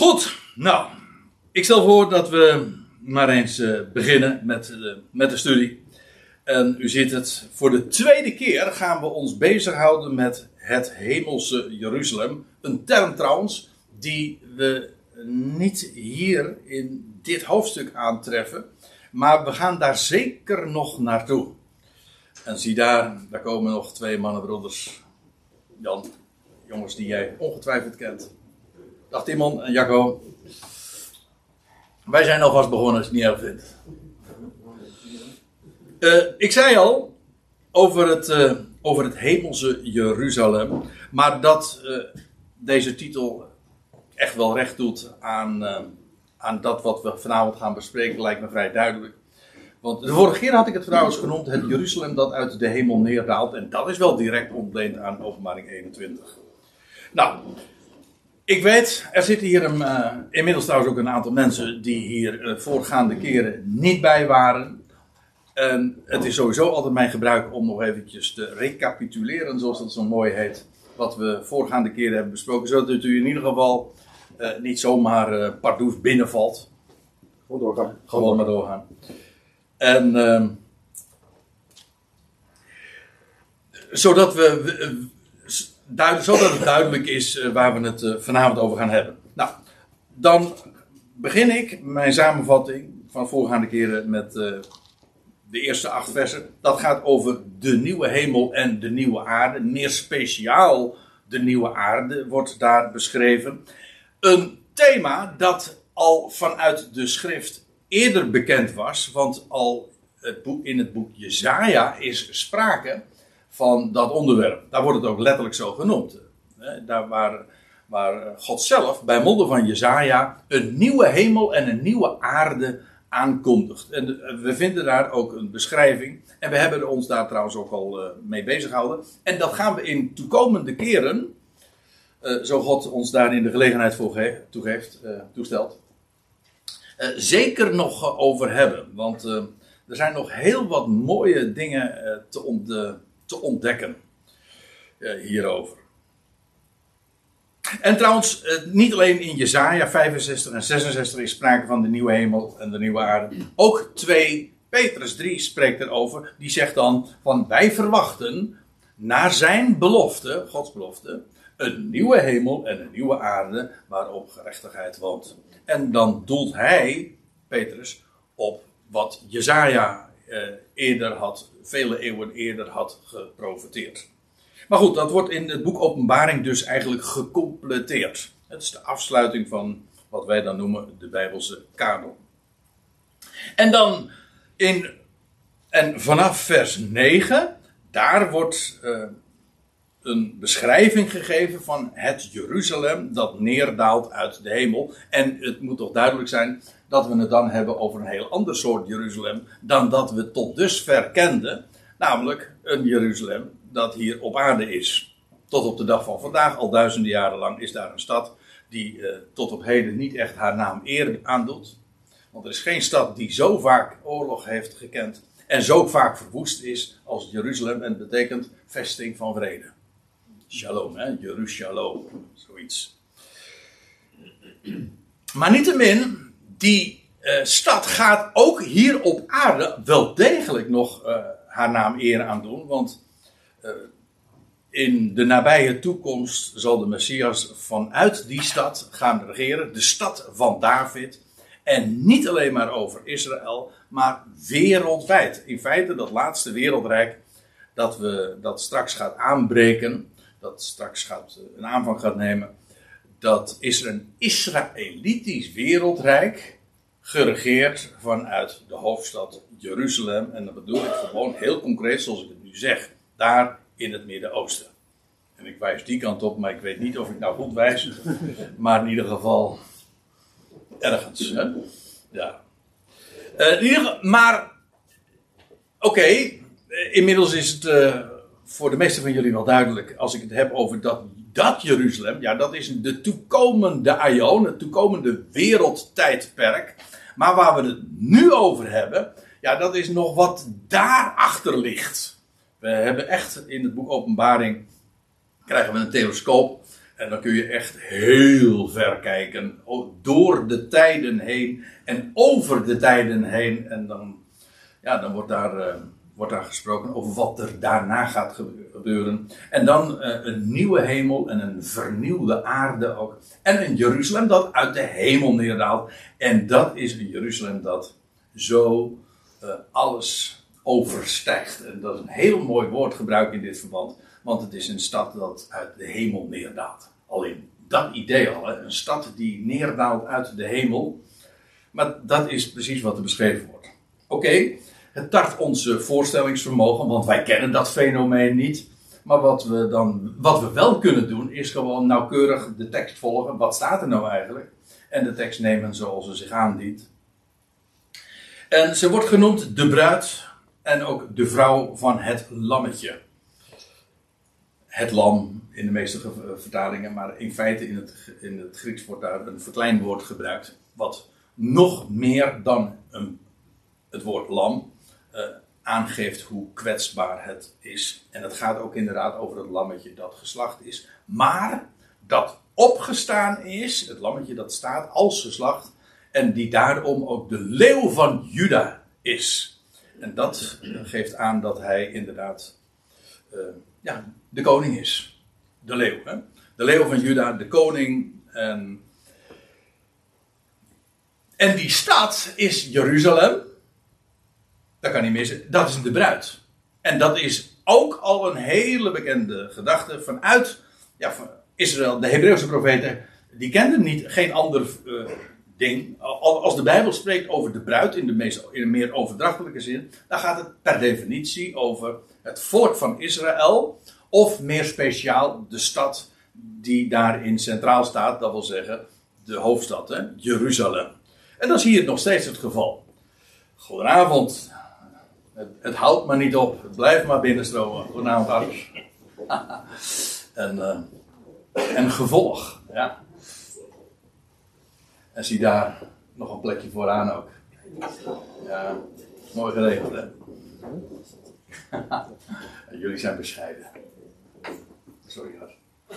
Goed, nou, ik stel voor dat we maar eens beginnen met de studie. En u ziet het, voor de tweede keer gaan we ons bezighouden met het hemelse Jeruzalem. Een term trouwens die we niet hier in dit hoofdstuk aantreffen. Maar we gaan daar zeker nog naartoe. En zie daar komen nog twee mannenbroeders. Jan, jongens die jij ongetwijfeld kent. Dag Timon en Jacco. Wij zijn alvast begonnen als je het niet erg vindt. Ik zei al over het hemelse Jeruzalem. Maar dat deze titel echt wel recht doet aan dat wat we vanavond gaan bespreken, lijkt me vrij duidelijk. Want de vorige keer had ik het trouwens genoemd het Jeruzalem dat uit de hemel neerdaalt. En dat is wel direct ontleend aan Openbaring 21. Nou, ik weet, er zitten hier inmiddels trouwens ook een aantal mensen die hier voorgaande keren niet bij waren. En het is sowieso altijd mijn gebruik om nog eventjes te recapituleren, zoals dat zo mooi heet, wat we voorgaande keren hebben besproken. Zodat u in ieder geval niet zomaar pardoes binnenvalt. Gewoon doorgaan. Gewoon maar doorgaan. En zodat het duidelijk is waar we het vanavond over gaan hebben. Nou, dan begin ik mijn samenvatting van voorgaande keren met de eerste 8 versen. Dat gaat over de nieuwe hemel en de nieuwe aarde. Meer speciaal de nieuwe aarde wordt daar beschreven. Een thema dat al vanuit de schrift eerder bekend was. Want al in het boek Jesaja is sprake van dat onderwerp. Daar wordt het ook letterlijk zo genoemd. Daar waar God zelf bij monden van Jesaja een nieuwe hemel en een nieuwe aarde aankondigt. En we vinden daar ook een beschrijving. En we hebben ons daar trouwens ook al mee bezig gehouden. En dat gaan we in toekomende keren, zo God ons daarin de gelegenheid voor toestelt, zeker nog over hebben. Want er zijn nog heel wat mooie dingen te ontdekken hierover. En trouwens, niet alleen in Jesaja 65 en 66 is sprake van de nieuwe hemel en de nieuwe aarde. Ook 2 Petrus 3 spreekt erover. Die zegt dan van wij verwachten naar zijn belofte, Gods belofte, een nieuwe hemel en een nieuwe aarde waarop gerechtigheid woont. En dan doelt hij, Petrus, op wat Jesaja vele eeuwen eerder had geprofeteerd. Maar goed, dat wordt in het boek Openbaring dus eigenlijk gecompleteerd. Het is de afsluiting van wat wij dan noemen de Bijbelse kanon. En dan vanaf vers 9, daar wordt een beschrijving gegeven van het Jeruzalem dat neerdaalt uit de hemel. En het moet toch duidelijk zijn dat we het dan hebben over een heel ander soort Jeruzalem dan dat we tot dusver kenden. Namelijk een Jeruzalem dat hier op aarde is. Tot op de dag van vandaag, al duizenden jaren lang, is daar een stad die tot op heden niet echt haar naam eer aandoet. Want er is geen stad die zo vaak oorlog heeft gekend en zo vaak verwoest is als Jeruzalem. En dat betekent vesting van vrede. Shalom, Jeruzalem, zoiets. Maar niettemin, die stad gaat ook hier op aarde wel degelijk nog haar naam eer aan doen. Want in de nabije toekomst zal de Messias vanuit die stad gaan regeren. De stad van David. En niet alleen maar over Israël, maar wereldwijd. In feite dat laatste wereldrijk dat straks gaat aanbreken. Dat straks een aanvang gaat nemen. Dat is een Israëlitisch wereldrijk. Geregeerd vanuit de hoofdstad Jeruzalem. En dat bedoel ik gewoon heel concreet zoals ik het nu zeg. Daar in het Midden-Oosten. En ik wijs die kant op, maar ik weet niet of ik nou goed wijs. Maar in ieder geval ergens. Hè? Ja. Maar oké, inmiddels is het voor de meesten van jullie wel duidelijk. Als ik het heb over dat Jeruzalem. Ja, dat is de toekomende aion. Het toekomende wereldtijdperk. Maar waar we het nu over hebben. Ja, dat is nog wat daarachter ligt. We hebben echt in het boek Openbaring. Krijgen we een telescoop. En dan kun je echt heel ver kijken. Door de tijden heen. En over de tijden heen. En dan wordt daar gesproken over wat er daarna gaat gebeuren. En dan een nieuwe hemel en een vernieuwde aarde ook. En een Jeruzalem dat uit de hemel neerdaalt. En dat is een Jeruzalem dat zo alles overstijgt. En dat is een heel mooi woordgebruik in dit verband. Want het is een stad dat uit de hemel neerdaalt. Alleen dat idee al, hè? Een stad die neerdaalt uit de hemel. Maar dat is precies wat er beschreven wordt. Oké, het tart ons voorstellingsvermogen, want wij kennen dat fenomeen niet. Maar wat we wel kunnen doen, is gewoon nauwkeurig de tekst volgen. Wat staat er nou eigenlijk? En de tekst nemen zoals ze zich aandient. En ze wordt genoemd de bruid en ook de vrouw van het lammetje. Het lam in de meeste vertalingen, maar in feite in het Grieks wordt daar een verkleinwoord gebruikt. Wat nog meer dan het woord lam aangeeft hoe kwetsbaar het is. En het gaat ook inderdaad over het lammetje dat geslacht is. Maar dat opgestaan is, het lammetje dat staat als geslacht. En die daarom ook de leeuw van Juda is. En dat geeft aan dat hij inderdaad de koning is. De leeuw. Hè? De leeuw van Juda, de koning. En die stad is Jeruzalem. Dat kan niet missen. Dat is de bruid. En dat is ook al een hele bekende gedachte vanuit van Israël. De Hebreeuwse profeten, die kenden geen ander ding. Als de Bijbel spreekt over de bruid in een meer overdrachtelijke zin, dan gaat het per definitie over het volk van Israël. Of meer speciaal de stad die daarin centraal staat. Dat wil zeggen de hoofdstad, hè, Jeruzalem. En dat is hier nog steeds het geval. Goedenavond. Het houdt maar niet op. Het blijft maar binnenstromen. Goedenavond, Arts. En gevolg. Ja. En zie daar nog een plekje vooraan ook. Ja, mooi geregeld, hè? Jullie zijn bescheiden. Sorry, Arts.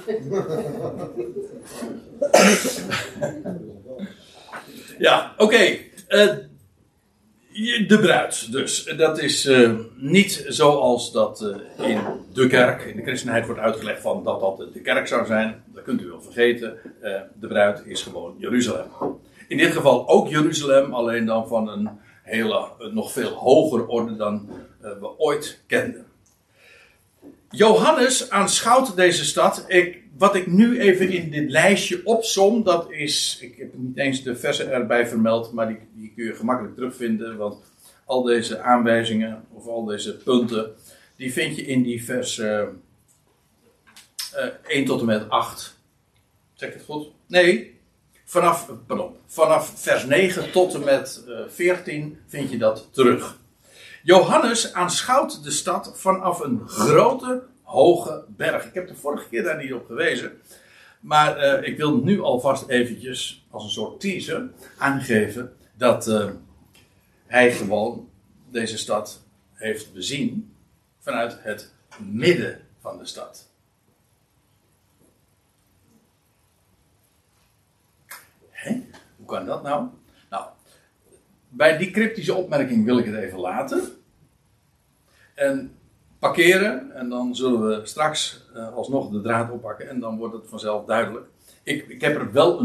Ja, oké. De bruid dus. Dat is niet zoals dat in de kerk, in de christenheid wordt uitgelegd van dat de kerk zou zijn. Dat kunt u wel vergeten. De bruid is gewoon Jeruzalem. In dit geval ook Jeruzalem, alleen dan van een nog veel hogere orde dan we ooit kenden. Johannes aanschouwt deze stad. Wat ik nu even in dit lijstje opsom, dat is... Ik heb niet eens de versen erbij vermeld, maar die kun je gemakkelijk terugvinden. Want al deze aanwijzingen, of al deze punten, die vind je in die vers 1 tot en met 8. Zeg ik het goed? Nee, vanaf vers 9 tot en met 14 vind je dat terug. Johannes aanschouwt de stad vanaf een grote, hoge berg. Ik heb de vorige keer daar niet op gewezen. Maar ik wil nu alvast eventjes, als een soort teaser, aangeven dat hij gewoon deze stad heeft bezien vanuit het midden van de stad. Hoe kan dat nou? Nou, bij die cryptische opmerking wil ik het even laten. En parkeren. En dan zullen we straks alsnog de draad oppakken. En dan wordt het vanzelf duidelijk. Ik heb er wel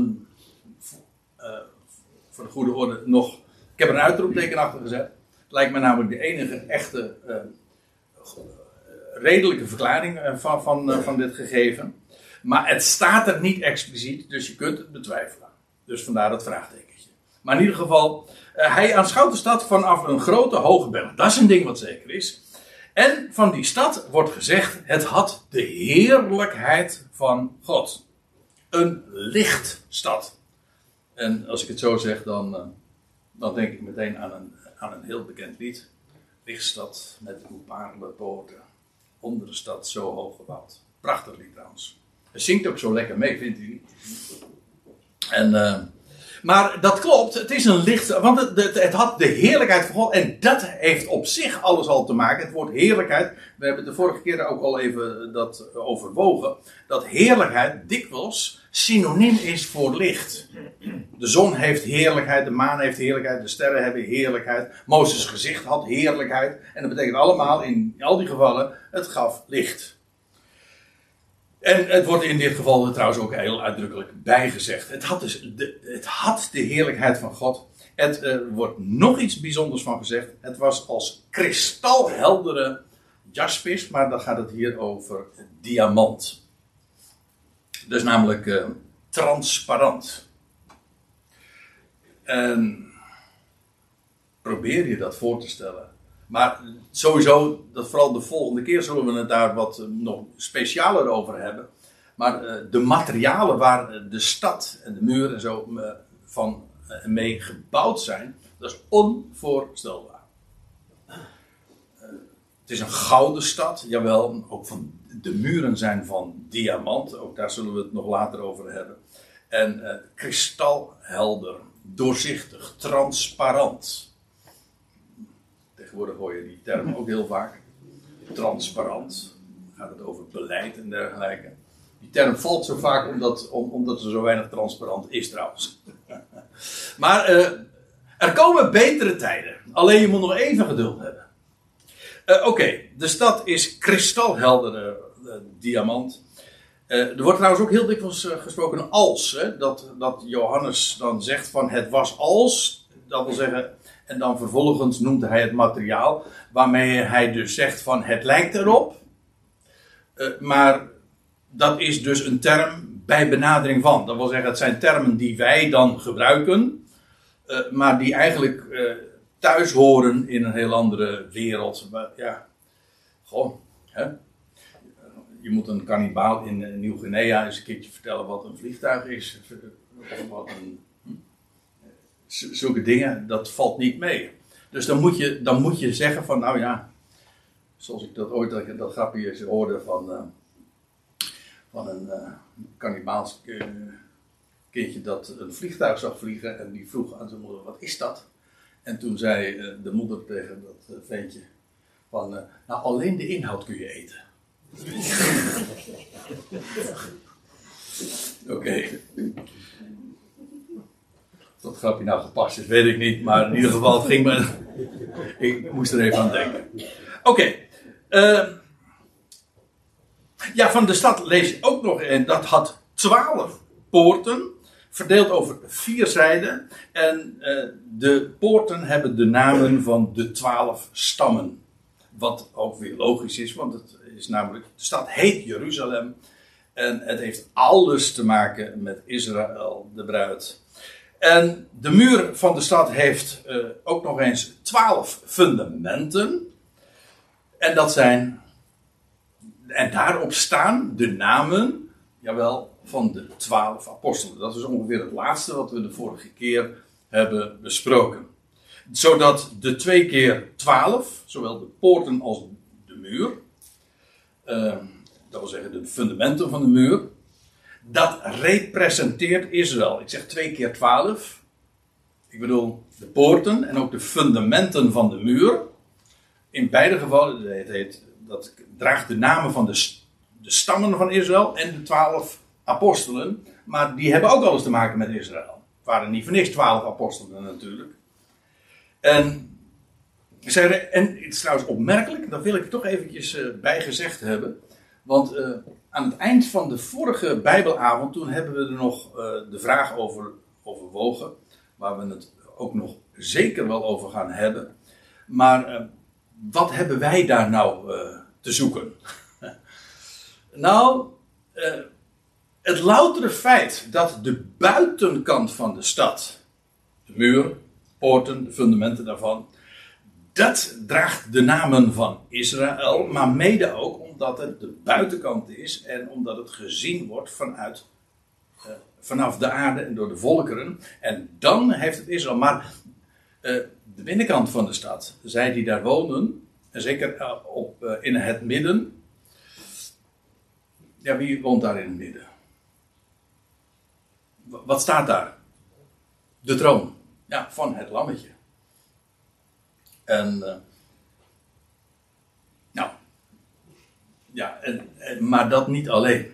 voor de goede orde nog... Ik heb er een uitroepteken achter gezet. Het lijkt me namelijk de enige echte redelijke verklaring van dit gegeven. Maar het staat er niet expliciet. Dus je kunt het betwijfelen. Dus vandaar dat vraagtekentje. Maar in ieder geval, hij aanschouwt de stad vanaf een grote hoge berg. Dat is een ding wat zeker is. En van die stad wordt gezegd, het had de heerlijkheid van God. Een lichtstad. En als ik het zo zeg, dan denk ik meteen aan een heel bekend lied. Lichtstad met uw paardenpoorten. Onder de stad zo hoog gebouwd. Prachtig lied trouwens. Het zingt ook zo lekker mee, vindt u niet? Maar dat klopt, het is een licht, want het had de heerlijkheid van God. En dat heeft op zich alles al te maken. Het woord heerlijkheid, we hebben de vorige keer ook al even dat overwogen. Dat heerlijkheid dikwijls synoniem is voor licht. De zon heeft heerlijkheid, de maan heeft heerlijkheid, de sterren hebben heerlijkheid. Mozes' gezicht had heerlijkheid. En dat betekent allemaal, in al die gevallen, het gaf licht. En het wordt in dit geval er trouwens ook heel uitdrukkelijk bijgezegd. Het had de heerlijkheid van God. Het wordt nog iets bijzonders van gezegd. Het was als kristalheldere jaspis, maar dan gaat het hier over diamant. Dus namelijk transparant. En probeer je dat voor te stellen. Maar sowieso, dat vooral de volgende keer zullen we het daar wat nog specialer over hebben. Maar de materialen waar de stad en de muur en zo van mee gebouwd zijn, dat is onvoorstelbaar. Het is een gouden stad, jawel, ook van de muren zijn van diamant, ook daar zullen we het nog later over hebben. En kristalhelder, doorzichtig, transparant. Tegenwoordig hoor je die term ook heel vaak. Transparant. Dan gaat het over beleid en dergelijke. Die term valt zo vaak omdat er zo weinig transparant is trouwens. Maar er komen betere tijden. Alleen je moet nog even geduld hebben. Oké, de stad is kristalheldere diamant. Er wordt trouwens ook heel dikwijls gesproken als. Hè, dat Johannes dan zegt van het was als. Dat wil zeggen. En dan vervolgens noemt hij het materiaal. Waarmee hij dus zegt van het lijkt erop. Maar dat is dus een term bij benadering van. Dat wil zeggen het zijn termen die wij dan gebruiken. Maar die eigenlijk thuis horen in een heel andere wereld. Maar, ja, gewoon. Hè? Je moet een kannibaal in Nieuw-Guinea eens een keertje vertellen wat een vliegtuig is. Of wat een... Zulke dingen, dat valt niet mee. Dus dan moet je zeggen van, nou ja, zoals ik dat ooit, dat grapje eens hoorde van een kannibaals kindje dat een vliegtuig zag vliegen en die vroeg aan zijn moeder, wat is dat? En toen zei de moeder tegen dat ventje van, nou alleen de inhoud kun je eten. Oké. Of dat grapje nou gepast is, weet ik niet. Maar in ieder geval, het ging me... Ik moest er even aan denken. Oké. Ja, van de stad lees je ook nog. En dat had 12 poorten. Verdeeld over 4 zijden. En de poorten hebben de namen van de 12 stammen. Wat ook weer logisch is. Want het is namelijk... De stad heet Jeruzalem. En het heeft alles te maken met Israël, de bruid. En de muur van de stad heeft ook nog eens 12 fundamenten. En dat zijn... En daarop staan de namen, jawel, van de 12 apostelen. Dat is ongeveer het laatste wat we de vorige keer hebben besproken. Zodat de 2 keer 12, zowel de poorten als de muur... dat wil zeggen de fundamenten van de muur... Dat representeert Israël. Ik zeg 2 keer 12. Ik bedoel de poorten en ook de fundamenten van de muur. In beide gevallen, dat draagt de namen van de stammen van Israël en de 12 apostelen. Maar die hebben ook alles te maken met Israël. Het waren niet voor niks 12 apostelen natuurlijk. En het is trouwens opmerkelijk, dat wil ik toch eventjes bij gezegd hebben. Want aan het eind van de vorige Bijbelavond, toen hebben we er nog de vraag over overwogen. Waar we het ook nog zeker wel over gaan hebben. Maar wat hebben wij daar nou te zoeken? Nou, het loutere feit dat de buitenkant van de stad, de muur, poorten, de fundamenten daarvan, dat draagt de namen van Israël, maar mede ook omdat het de buitenkant is en omdat het gezien wordt vanaf de aarde en door de volkeren. En dan heeft het Israël. Maar de binnenkant van de stad, zij die daar wonen, en zeker in het midden. Ja, wie woont daar in het midden? Wat staat daar? de troon. Ja, van het lammetje. En nou, ja, maar dat niet alleen.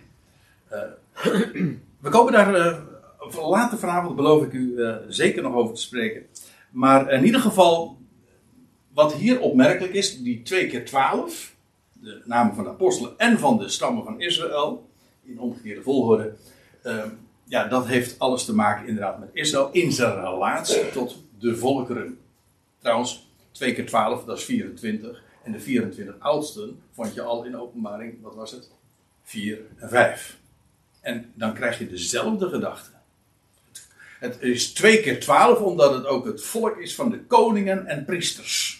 We komen daar later vanavond, beloof ik u, zeker nog over te spreken. Maar in ieder geval, wat hier opmerkelijk is, die 2 keer 12, de namen van de apostelen en van de stammen van Israël, in omgekeerde volgorde, ja, dat heeft alles te maken inderdaad met Israël in zijn relatie tot de volkeren. Trouwens, 2 keer 12, dat is 24. En de 24 oudsten vond je al in Openbaring, wat was het? 4 en 5. En dan krijg je dezelfde gedachte. Het is 2 keer 12 omdat het ook het volk is van de koningen en priesters.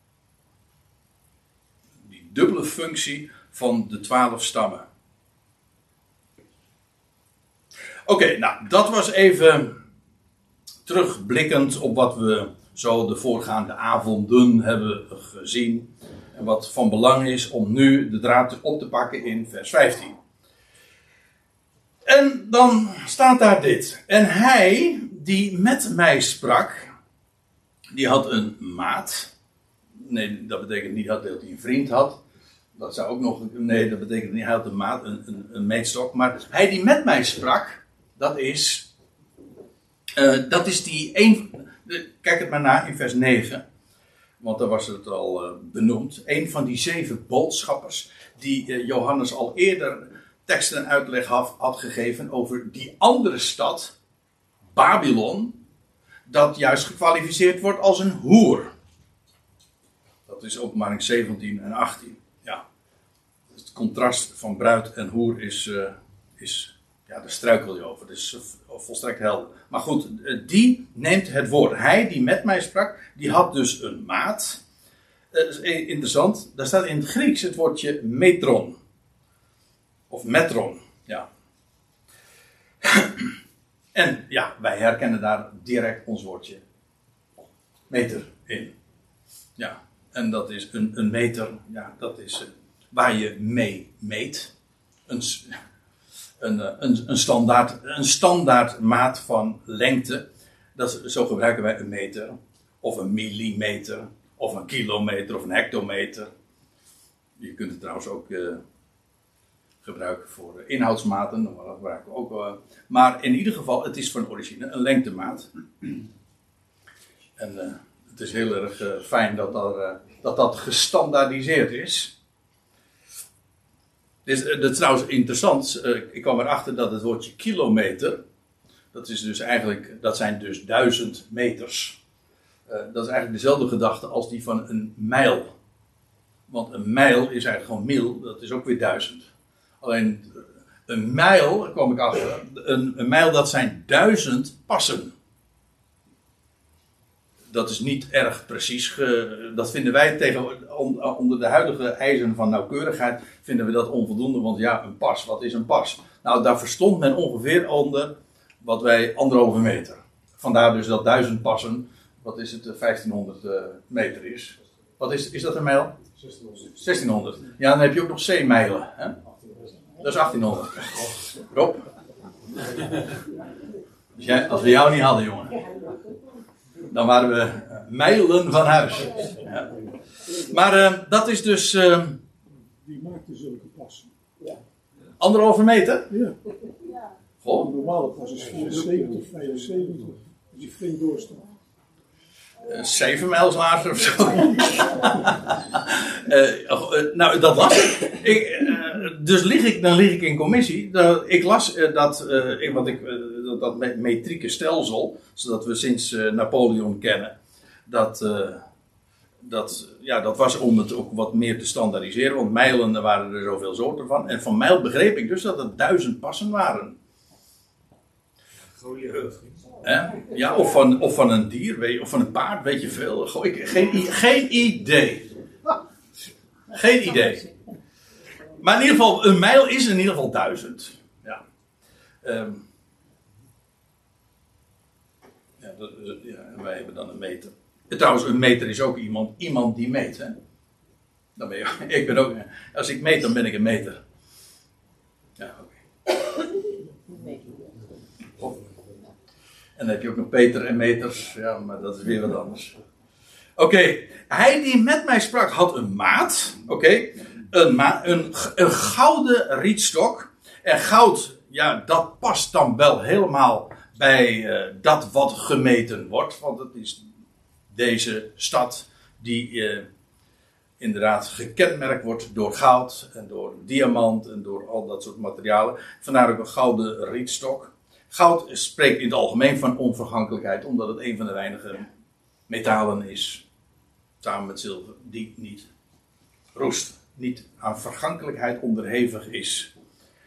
Die dubbele functie van de 12 stammen. Oké, nou dat was even terugblikkend op wat we zo de voorgaande avonden hebben gezien. En wat van belang is om nu de draad op te pakken in vers 15. En dan staat daar dit. En hij die met mij sprak, die had een maat. Nee, dat betekent niet dat hij een vriend had. Dat zou ook nog. Nee, dat betekent niet. Hij had een maat, een meetstok. Maar hij die met mij sprak, dat is die een. Kijk het maar na in vers 9. Want daar was het al benoemd. Een van die 7 boodschappers die Johannes al eerder tekst en uitleg had gegeven over die andere stad, Babylon, dat juist gekwalificeerd wordt als een hoer. Dat is Openbaring 17 en 18. Ja. Het contrast van bruid en hoer is ja, daar struikel je over. Dat is volstrekt helder. Maar goed, die neemt het woord. Hij die met mij sprak, die had dus een maat. Dat is interessant. Daar staat in het Grieks het woordje metron. Of metron, ja. En ja, wij herkennen daar direct ons woordje meter in. Ja, en dat is een meter, ja, dat is waar je mee meet. Een standaard maat van lengte. Zo gebruiken wij een meter, of een millimeter, of een kilometer, of een hectometer. Je kunt het trouwens ook gebruiken voor inhoudsmaten, dat gebruiken we ook. Maar in ieder geval, het is van origine een lengtemaat. En het is heel erg fijn dat gestandaardiseerd is. Dat is trouwens interessant. Ik kwam erachter dat het woordje kilometer, dat zijn dus 1000 meters. Dat is eigenlijk dezelfde gedachte als die van een mijl. Want een mijl is eigenlijk gewoon mil, dat is ook weer 1000. Alleen een mijl, kwam ik achter, een mijl dat zijn 1000 passen. Dat is niet erg precies. Dat vinden wij onder de huidige eisen van nauwkeurigheid vinden we dat onvoldoende. Want ja, een pas, wat is een pas? Nou, daar verstond men ongeveer onder wat wij 1,5 meter. Vandaar dus dat 1000 passen, wat is het, 1500 meter is. Wat is dat een mijl? 1600. Ja, dan heb je ook nog zeemijlen. Hè? Dat is 1800. Rob. Dus als we jou niet hadden, jongen. Dan waren we mijlen van huis. Ja. Maar dat is dus. Die maakte zulke passen. 1,5 meter? Ja. Goh. Een normale pas is 74, 75. Als je flink doorstaat. 7 mijlslaars of zo. Nou, dat las ik. Dus dan lig ik in commissie. Ik las dat metrieke stelsel, zodat we sinds Napoleon kennen, dat was om het ook wat meer te standaardiseren, want mijlen, daar waren er zoveel soorten van. En van mijl begreep ik dus dat het 1000 passen waren. Goeie heugd. Ja, of van een dier, of van een paard, weet je veel. Geen idee. Geen idee. Maar in ieder geval, een mijl is in ieder geval 1000. Ja. En wij hebben dan een meter. Trouwens, een meter is ook iemand die meet. Hè? Dan ben je, ik ben ook. Als ik meet, dan ben ik een meter. Ja, oké. En dan heb je ook nog Peter en meters. Ja, maar dat is weer wat anders. Oké, hij die met mij sprak had een maat. Oké, een gouden rietstok. En goud, ja, dat past dan wel helemaal bij dat wat gemeten wordt. Want het is deze stad die inderdaad gekenmerkt wordt door goud en door diamant en door al dat soort materialen. Vandaar ook een gouden rietstok. Goud spreekt in het algemeen van onvergankelijkheid, omdat het een van de weinige metalen is, samen met zilver, die niet roest, niet aan vergankelijkheid onderhevig is.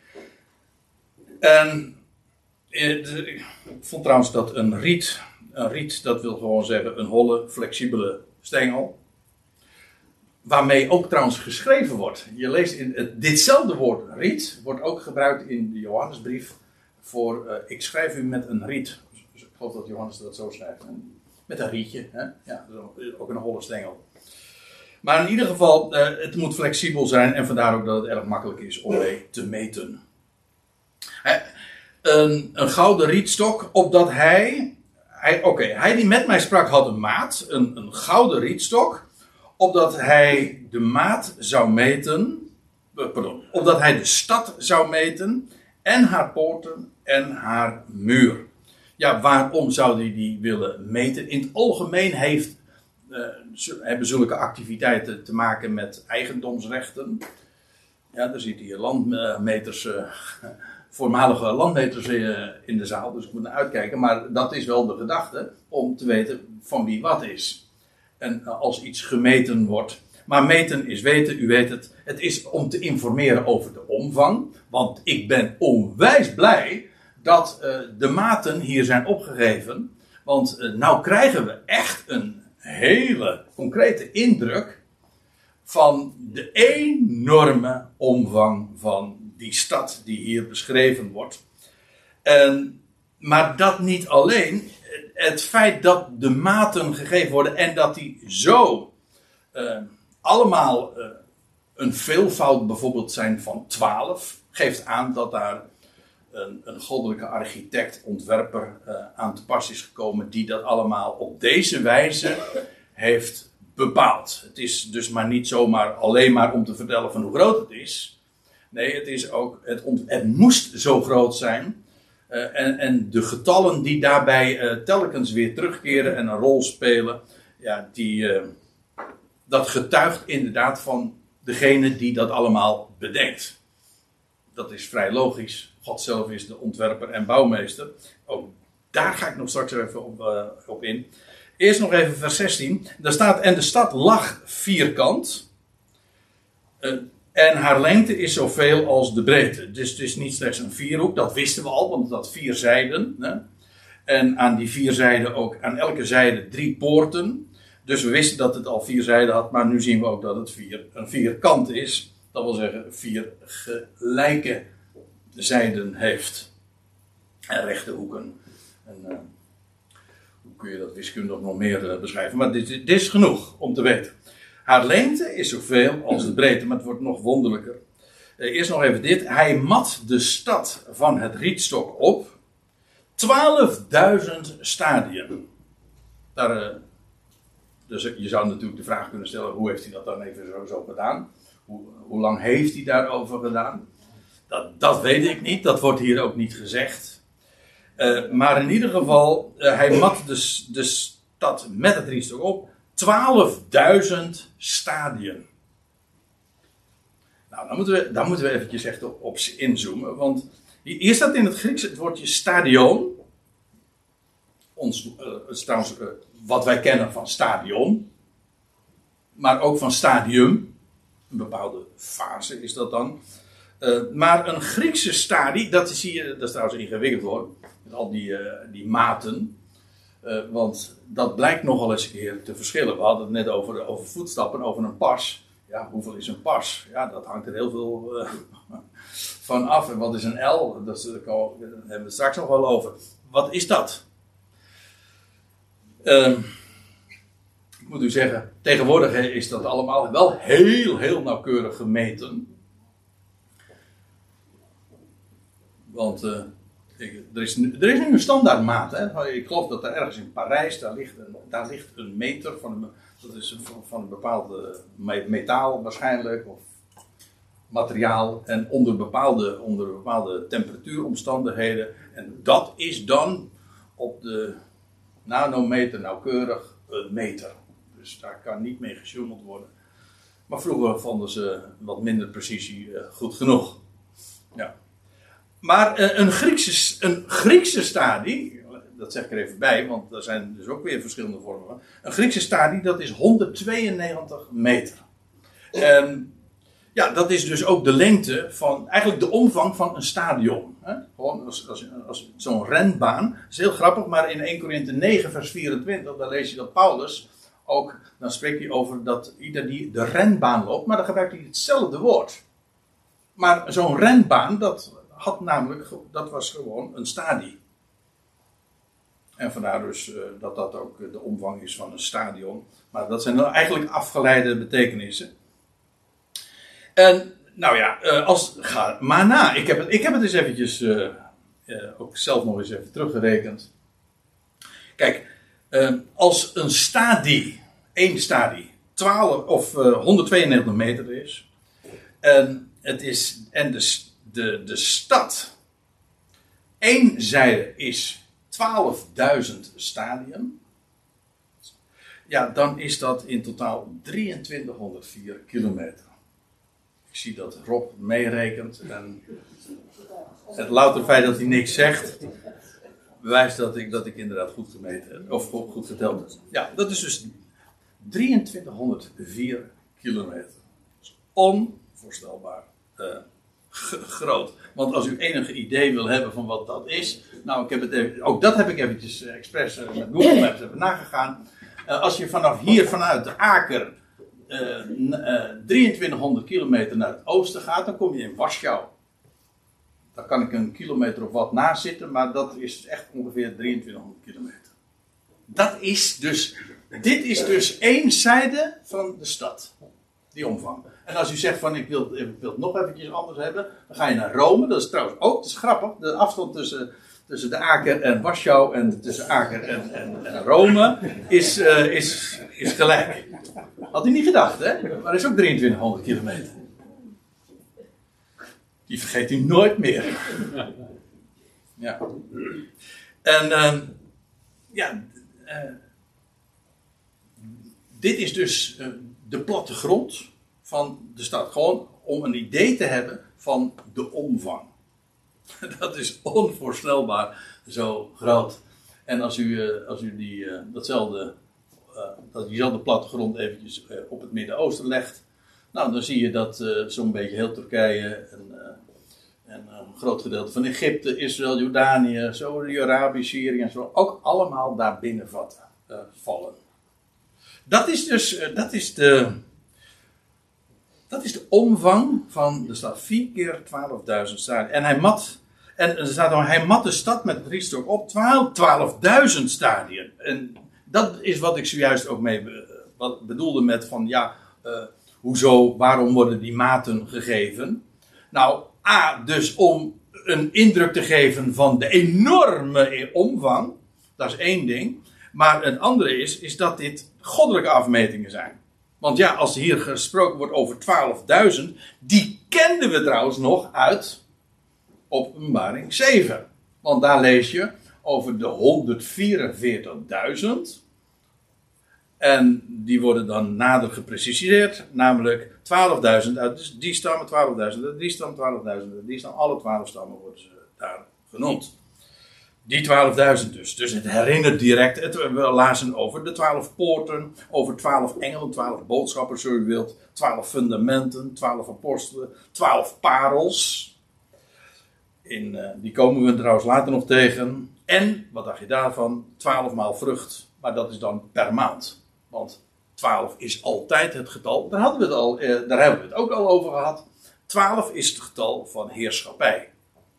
En ik vond trouwens dat een riet, dat wil gewoon zeggen een holle, flexibele stengel, waarmee ook trouwens geschreven wordt. Je leest in ditzelfde woord riet, wordt ook gebruikt in de Johannesbrief voor ik schrijf u met een riet. Dus ik geloof dat Johannes dat zo schrijft. Met een rietje, hè? Ja, ook een holle stengel. Maar in ieder geval, het moet flexibel zijn en vandaar ook dat het erg makkelijk is om mee te meten. Een gouden rietstok, opdat hij die met mij sprak had een maat, een gouden rietstok, opdat hij de maat zou meten, opdat hij de stad zou meten en haar poorten en haar muur. Ja, waarom zou hij die willen meten? In het algemeen hebben zulke activiteiten te maken met eigendomsrechten. Ja, daar zitten hier landmeters, voormalige landmeters in de zaal, dus ik moet naar uitkijken. Maar dat is wel de gedachte, om te weten van wie wat is. En als iets gemeten wordt. Maar meten is weten, u weet het. Het is om te informeren over de omvang. Want ik ben onwijs blij dat de maten hier zijn opgegeven. Want nou krijgen we echt een hele concrete indruk van de enorme omvang van die stad die hier beschreven wordt. Maar dat niet alleen. Het feit dat de maten gegeven worden en dat die zo allemaal een veelvoud bijvoorbeeld zijn van 12, geeft aan dat daar een goddelijke architect, ontwerper aan te pas is gekomen die dat allemaal op deze wijze heeft bepaald. Het is dus maar niet zomaar alleen maar om te vertellen van hoe groot het is. Nee, het is ook, het moest zo groot zijn. En de getallen die daarbij telkens weer terugkeren en een rol spelen, ja, dat getuigt inderdaad van degene die dat allemaal bedenkt. Dat is vrij logisch. God zelf is de ontwerper en bouwmeester. Ook daar ga ik nog straks even op in. Eerst nog even vers 16. Daar staat, en de stad lag vierkant. En haar lengte is zoveel als de breedte. Dus het is niet slechts een vierhoek, dat wisten we al, want het had 4 zijden. Hè? En aan die 4 zijden ook, aan elke zijde 3 poorten. Dus we wisten dat het al 4 zijden had, maar nu zien we ook dat het een vierkant is. Dat wil zeggen 4 gelijke zijden heeft. En rechte hoeken. En, hoe kun je dat wiskundig nog meer beschrijven? Maar dit is genoeg om te weten. Haar lengte is zoveel als de breedte, maar het wordt nog wonderlijker. Eerst nog even dit. Hij mat de stad van het rietstok op. 12.000 stadien. Dus je zou natuurlijk de vraag kunnen stellen, hoe heeft hij dat dan even zo gedaan? Hoe lang heeft hij daarover gedaan? Dat weet ik niet, dat wordt hier ook niet gezegd. Maar in ieder geval, hij mat de stad met het rietstok op. 12.000 stadien. Nou, daar moeten we eventjes echt op inzoomen. Want hier staat in het Grieks het woordje stadion. Trouwens, wat wij kennen van stadion. Maar ook van stadium. Een bepaalde fase is dat dan. Maar een Griekse stadie, dat is trouwens ingewikkeld hoor. Met al die maten. Want dat blijkt nogal eens een keer te verschillen. We hadden het net over voetstappen, over een pas. Ja, hoeveel is een pas? Ja, dat hangt er heel veel van af. En wat is een L? Daar hebben we het straks nog wel over. Wat is dat? Ik moet u zeggen, tegenwoordig is dat allemaal wel heel, heel nauwkeurig gemeten. Want Er is nu een standaardmaat. Hè? Ik geloof dat er ergens in Parijs, daar ligt een meter dat is van een bepaald metaal waarschijnlijk, of materiaal, en onder bepaalde temperatuuromstandigheden. En dat is dan op de nanometer nauwkeurig een meter. Dus daar kan niet mee gesjoemeld worden. Maar vroeger vonden ze wat minder precisie goed genoeg. Ja. Maar een Griekse stadie, dat zeg ik er even bij, want er zijn dus ook weer verschillende vormen van. Een Griekse stadie, dat is 192 meter. En ja, dat is dus ook de lengte van, eigenlijk de omvang van een stadion. Hè? Gewoon als zo'n renbaan. Dat is heel grappig, maar in 1 Korinthe 9 vers 24, daar lees je dat Paulus ook, dan spreekt hij over dat ieder die de renbaan loopt, maar dan gebruikt hij hetzelfde woord. Maar zo'n renbaan, dat was gewoon een stadie. En vandaar dus dat dat ook de omvang is van een stadion. Maar dat zijn dan eigenlijk afgeleide betekenissen. En nou ja, maar na. Ik heb het eens eventjes ook zelf nog eens even teruggerekend. Kijk, als een stadie, één stadie, 192 meter is. En de stad, één zijde is 12.000 stadien. Ja, dan is dat in totaal 2304 kilometer. Ik zie dat Rob meerekent. En het louter feit dat hij niks zegt, bewijst dat ik inderdaad goed gemeten heb. Of goed geteld heb. Ja, dat is dus 2304 kilometer. Dat is onvoorstelbaar groot. Want als u enige idee wil hebben van wat dat is. Nou, ook dat heb ik eventjes expres met Google Maps even nagegaan. Als je vanuit de Aker 2300 kilometer naar het oosten gaat, dan kom je in Warschau. Daar kan ik een kilometer of wat naast zitten, maar dat is echt ongeveer 2300 kilometer. Dit is dus één zijde van de stad. Die omvang. En als u zegt van ik wil het nog eventjes anders hebben, dan ga je naar Rome. Dat is trouwens ook, dat is grappig, de afstand tussen de Aker en Warschau en tussen Aker en Rome is gelijk. Had hij niet gedacht, hè? Maar dat is ook 2300 kilometer. Die vergeet u nooit meer. Ja. En dit is dus de plattegrond van de stad. Gewoon om een idee te hebben van de omvang. Dat is onvoorstelbaar zo groot. En als u diezelfde plattegrond eventjes op het Midden-Oosten legt, nou, dan zie je dat zo'n beetje heel Turkije en een groot gedeelte van Egypte, Israël, Jordanië, Saudi-Arabië, Syrië en zo ook allemaal daar binnen vallen. Dat is de omvang van de stad. 4 keer 12.000 stadien. En hij mat de stad met het rietstok op 12.000 stadien. En dat is wat ik zojuist ook bedoelde met van hoezo, waarom worden die maten gegeven? Nou, dus om een indruk te geven van de enorme omvang. Dat is één ding. Maar het andere is dat dit goddelijke afmetingen zijn. Want ja, als hier gesproken wordt over 12.000, die kenden we trouwens nog uit Openbaring 7. Want daar lees je over de 144.000. En die worden dan nader gepreciseerd, namelijk 12.000 uit die stammen, 12.000 uit die stam, 12.000 uit die stam. Alle 12 stammen worden ze daar genoemd. Die 12.000 dus. Dus het herinnert direct. We lazen over de 12 poorten. Over 12 engelen, 12 boodschappers, zo u wilt. 12 fundamenten, 12 apostelen. 12 parels. Die komen we trouwens later nog tegen. En, wat dacht je daarvan? 12 maal vrucht. Maar dat is dan per maand. Want 12 is altijd het getal. Daar hebben we het ook al over gehad. 12 is het getal van heerschappij.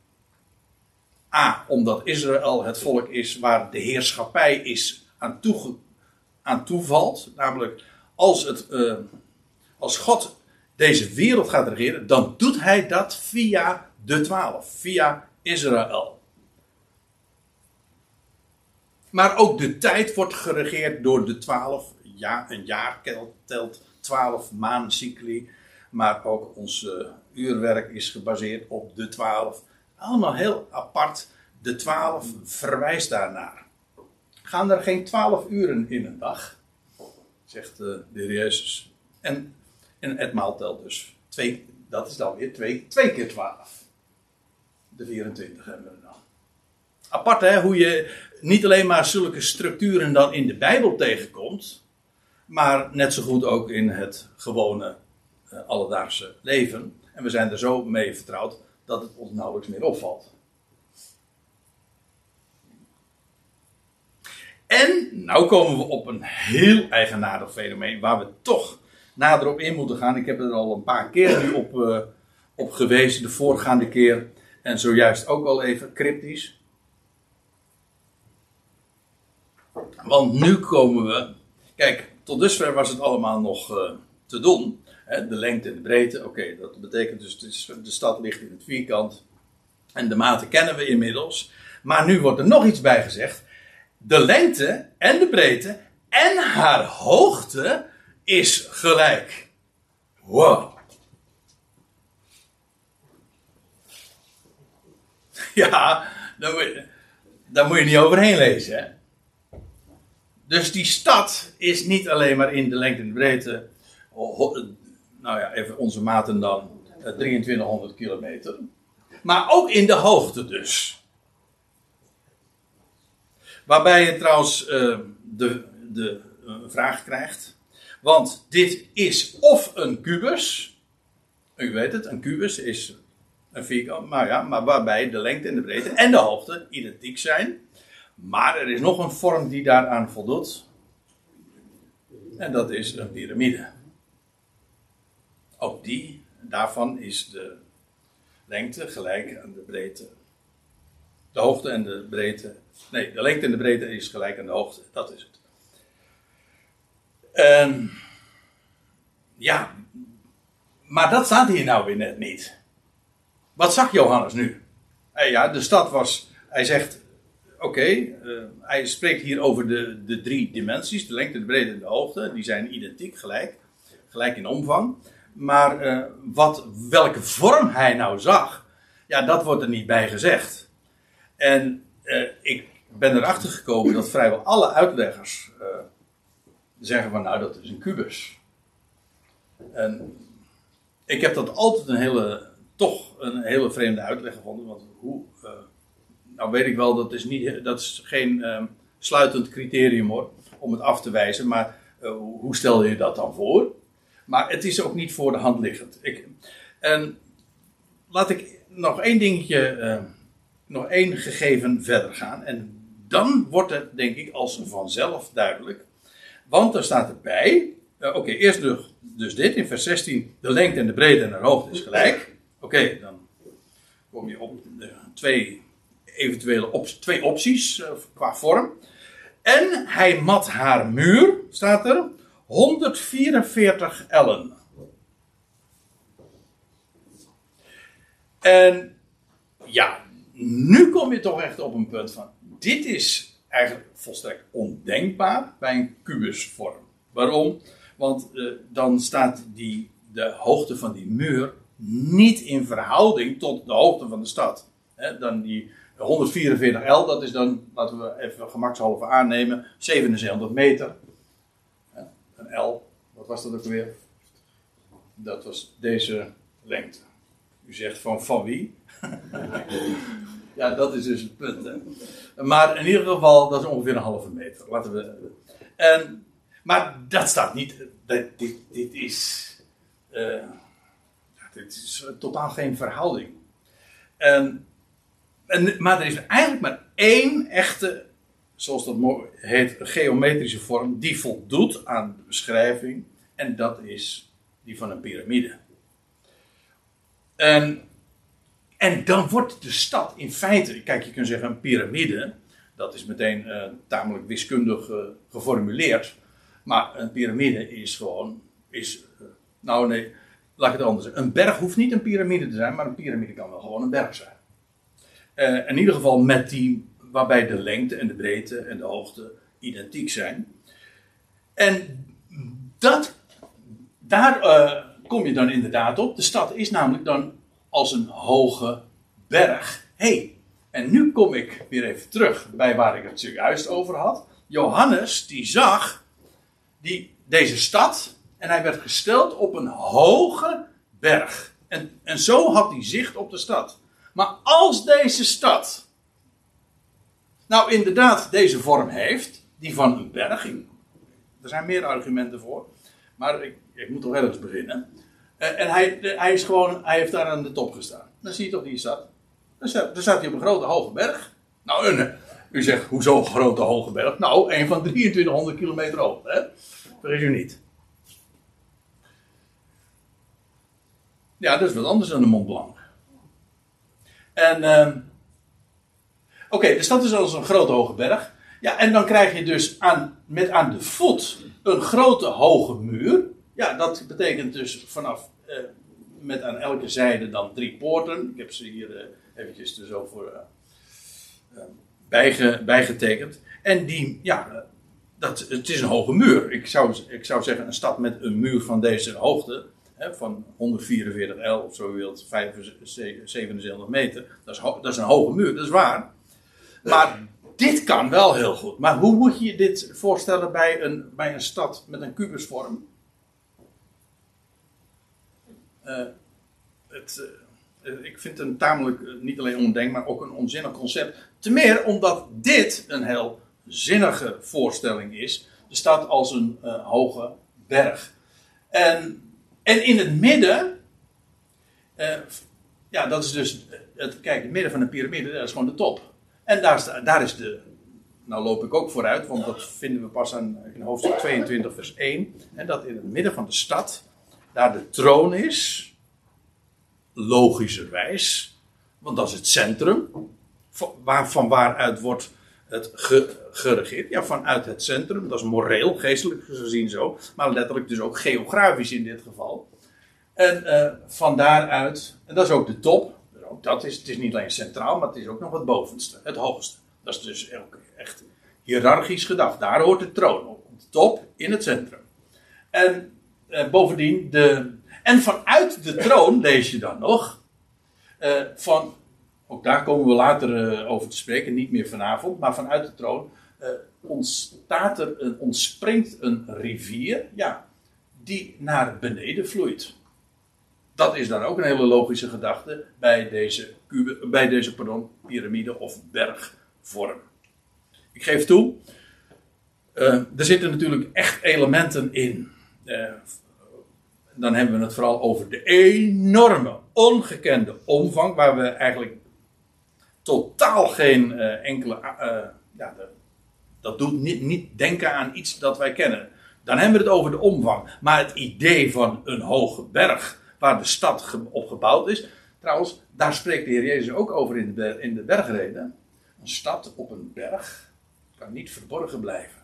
Omdat Israël het volk is waar de heerschappij is aan toevalt. Namelijk, als God deze wereld gaat regeren, dan doet hij dat via de 12. Via Israël. Maar ook de tijd wordt geregeerd door de 12. Ja, een jaar telt 12 maancycli. Maar ook ons uurwerk is gebaseerd op de 12. Allemaal heel apart. De 12 verwijst daarnaar. Gaan er geen 12 uren in een dag? Zegt de Heer Jezus. En etmaal telt dus 2. Dat is dan weer 2 keer 12. De 24 hebben we dan. Apart hè, hoe je niet alleen maar zulke structuren dan in de Bijbel tegenkomt. Maar net zo goed ook in het gewone alledaagse leven. En we zijn er zo mee vertrouwd dat het ons nauwelijks meer opvalt. En nou komen we op een heel eigenaardig fenomeen waar we toch nader op in moeten gaan. Ik heb er al een paar keer nu op gewezen, de voorgaande keer. En zojuist ook al even cryptisch. Want nu komen we... Kijk, tot dusver was het allemaal nog te doen. Hè, de lengte en de breedte. Oké, dat betekent dus de stad ligt in het vierkant. En de maten kennen we inmiddels. Maar nu wordt er nog iets bij gezegd. De lengte en de breedte en haar hoogte is gelijk. Wow. Ja, daar moet je niet overheen lezen, hè. Dus die stad is niet alleen maar in de lengte en de breedte, nou ja, even onze maten dan, 2300 kilometer. Maar ook in de hoogte dus. Waarbij je trouwens de vraag krijgt. Want dit is of een kubus. U weet het, een kubus is een vierkant. Maar waarbij de lengte en de breedte en de hoogte identiek zijn. Maar er is nog een vorm die daaraan voldoet. En dat is een piramide. Ook daarvan is de lengte gelijk aan de breedte. De hoogte en de breedte. Nee, de lengte en de breedte is gelijk aan de hoogte. Dat is het. Ja. Maar dat staat hier nou weer net niet. Wat zag Johannes nu? Ja, de stad was... Hij zegt... Oké, hij spreekt hier over de 3 dimensies. De lengte, de breedte en de hoogte. Die zijn identiek gelijk. Gelijk in omvang. Maar welke vorm hij nou zag... Ja, dat wordt er niet bij gezegd. En ik ben erachter gekomen dat vrijwel alle uitleggers zeggen van nou dat is een kubus. En ik heb dat altijd een hele vreemde uitleg gevonden. Want nou weet ik wel dat is geen sluitend criterium hoor, om het af te wijzen. Maar hoe stel je dat dan voor? Maar het is ook niet voor de hand liggend. Laat ik nog één dingetje... nog één gegeven verder gaan. En dan wordt het, denk ik, als vanzelf duidelijk. Want er staat erbij... Oké, eerst dus dit. In vers 16. De lengte en de breedte en de hoogte is gelijk. Oké, dan kom je op twee opties qua vorm. En hij mat haar muur, staat er, 144 ellen. En ja... Nu kom je toch echt op een punt van... Dit is eigenlijk volstrekt ondenkbaar bij een kubusvorm. Waarom? Want dan staat de hoogte van die muur... niet in verhouding tot de hoogte van de stad. Dan die 144 L, dat is dan... Laten we even gemakshalve aannemen... 77 meter. Een L, wat was dat ook weer? Dat was deze lengte. U zegt van wie? Ja, dat is dus het punt. Hè. Maar in ieder geval, dat is ongeveer een halve meter. Laten we. Maar dat staat niet. Dit is totaal geen verhouding. Maar er is eigenlijk maar één echte, zoals dat heet, geometrische vorm, die voldoet aan de beschrijving. En dat is die van een piramide. En dan wordt de stad in feite... Kijk, je kunt zeggen een piramide... Dat is meteen tamelijk wiskundig geformuleerd. Maar een piramide is gewoon... nou nee, laat ik het anders zeggen. Een berg hoeft niet een piramide te zijn... maar een piramide kan wel gewoon een berg zijn. In ieder geval met waarbij de lengte en de breedte en de hoogte identiek zijn. En daar kom je dan inderdaad op. De stad is namelijk dan als een hoge berg. En nu kom ik weer even terug bij waar ik het zojuist over had. Johannes die zag deze stad en hij werd gesteld op een hoge berg. En zo had hij zicht op de stad. Maar als deze stad nou inderdaad deze vorm heeft, die van een berg. Er zijn meer argumenten voor, maar ik moet toch ergens beginnen. En hij heeft daar aan de top gestaan. Dan zie je toch die stad. Dan staat hij op een grote hoge berg. Nou, u zegt, hoezo een grote hoge berg? Nou, een van 2300 kilometer hoog. Hè? Vergis u niet. Ja, dat is wat anders dan de Mont Blanc. En, oké, de stad is als een grote hoge berg. Ja, en dan krijg je dus met aan de voet een grote hoge muur. Ja, dat betekent dus vanaf, met aan elke zijde dan 3 poorten. Ik heb ze hier eventjes dus ook voor bijgetekend. En die, ja, het is een hoge muur. Ik zou zeggen een stad met een muur van deze hoogte. Van 144 L of zo u wilt, 77 meter. Dat is een hoge muur, dat is waar. Maar dit kan wel heel goed. Maar hoe moet je je dit voorstellen bij een stad met een kubusvorm? Ik vind het een tamelijk, niet alleen ondenkbaar, maar ook een onzinnig concept. Ten meer omdat dit een heel zinnige voorstelling is. De stad als een hoge berg. En in het midden, ja, dat is dus, het midden van de piramide, dat is gewoon de top. En daar is nou loop ik ook vooruit, want dat vinden we pas in hoofdstuk 22 vers 1. En dat in het midden van de stad, daar de troon is, logischerwijs, want dat is het centrum, van waaruit wordt het geregeerd. Ja, vanuit het centrum, dat is moreel, geestelijk gezien zo, maar letterlijk dus ook geografisch in dit geval. En van daaruit, en dat is ook de top, het is niet alleen centraal, maar het is ook nog het bovenste, het hoogste. Dat is dus ook echt hiërarchisch gedacht. Daar hoort de troon op de top, in het centrum. En bovendien, en vanuit de troon lees je dan nog, ook daar komen we later over te spreken, niet meer vanavond, maar vanuit de troon ontspringt een rivier, ja, die naar beneden vloeit. Dat is dan ook een hele logische gedachte bij deze piramide of bergvorm. Ik geef toe, er zitten natuurlijk echt elementen in. Dan hebben we het vooral over de enorme, ongekende omvang, waar we eigenlijk totaal geen enkele... dat doet niet denken aan iets dat wij kennen. Dan hebben we het over de omvang. Maar het idee van een hoge berg, waar de stad op gebouwd is. Trouwens, daar spreekt de Heer Jezus ook over in de bergreden. Een stad op een berg kan niet verborgen blijven.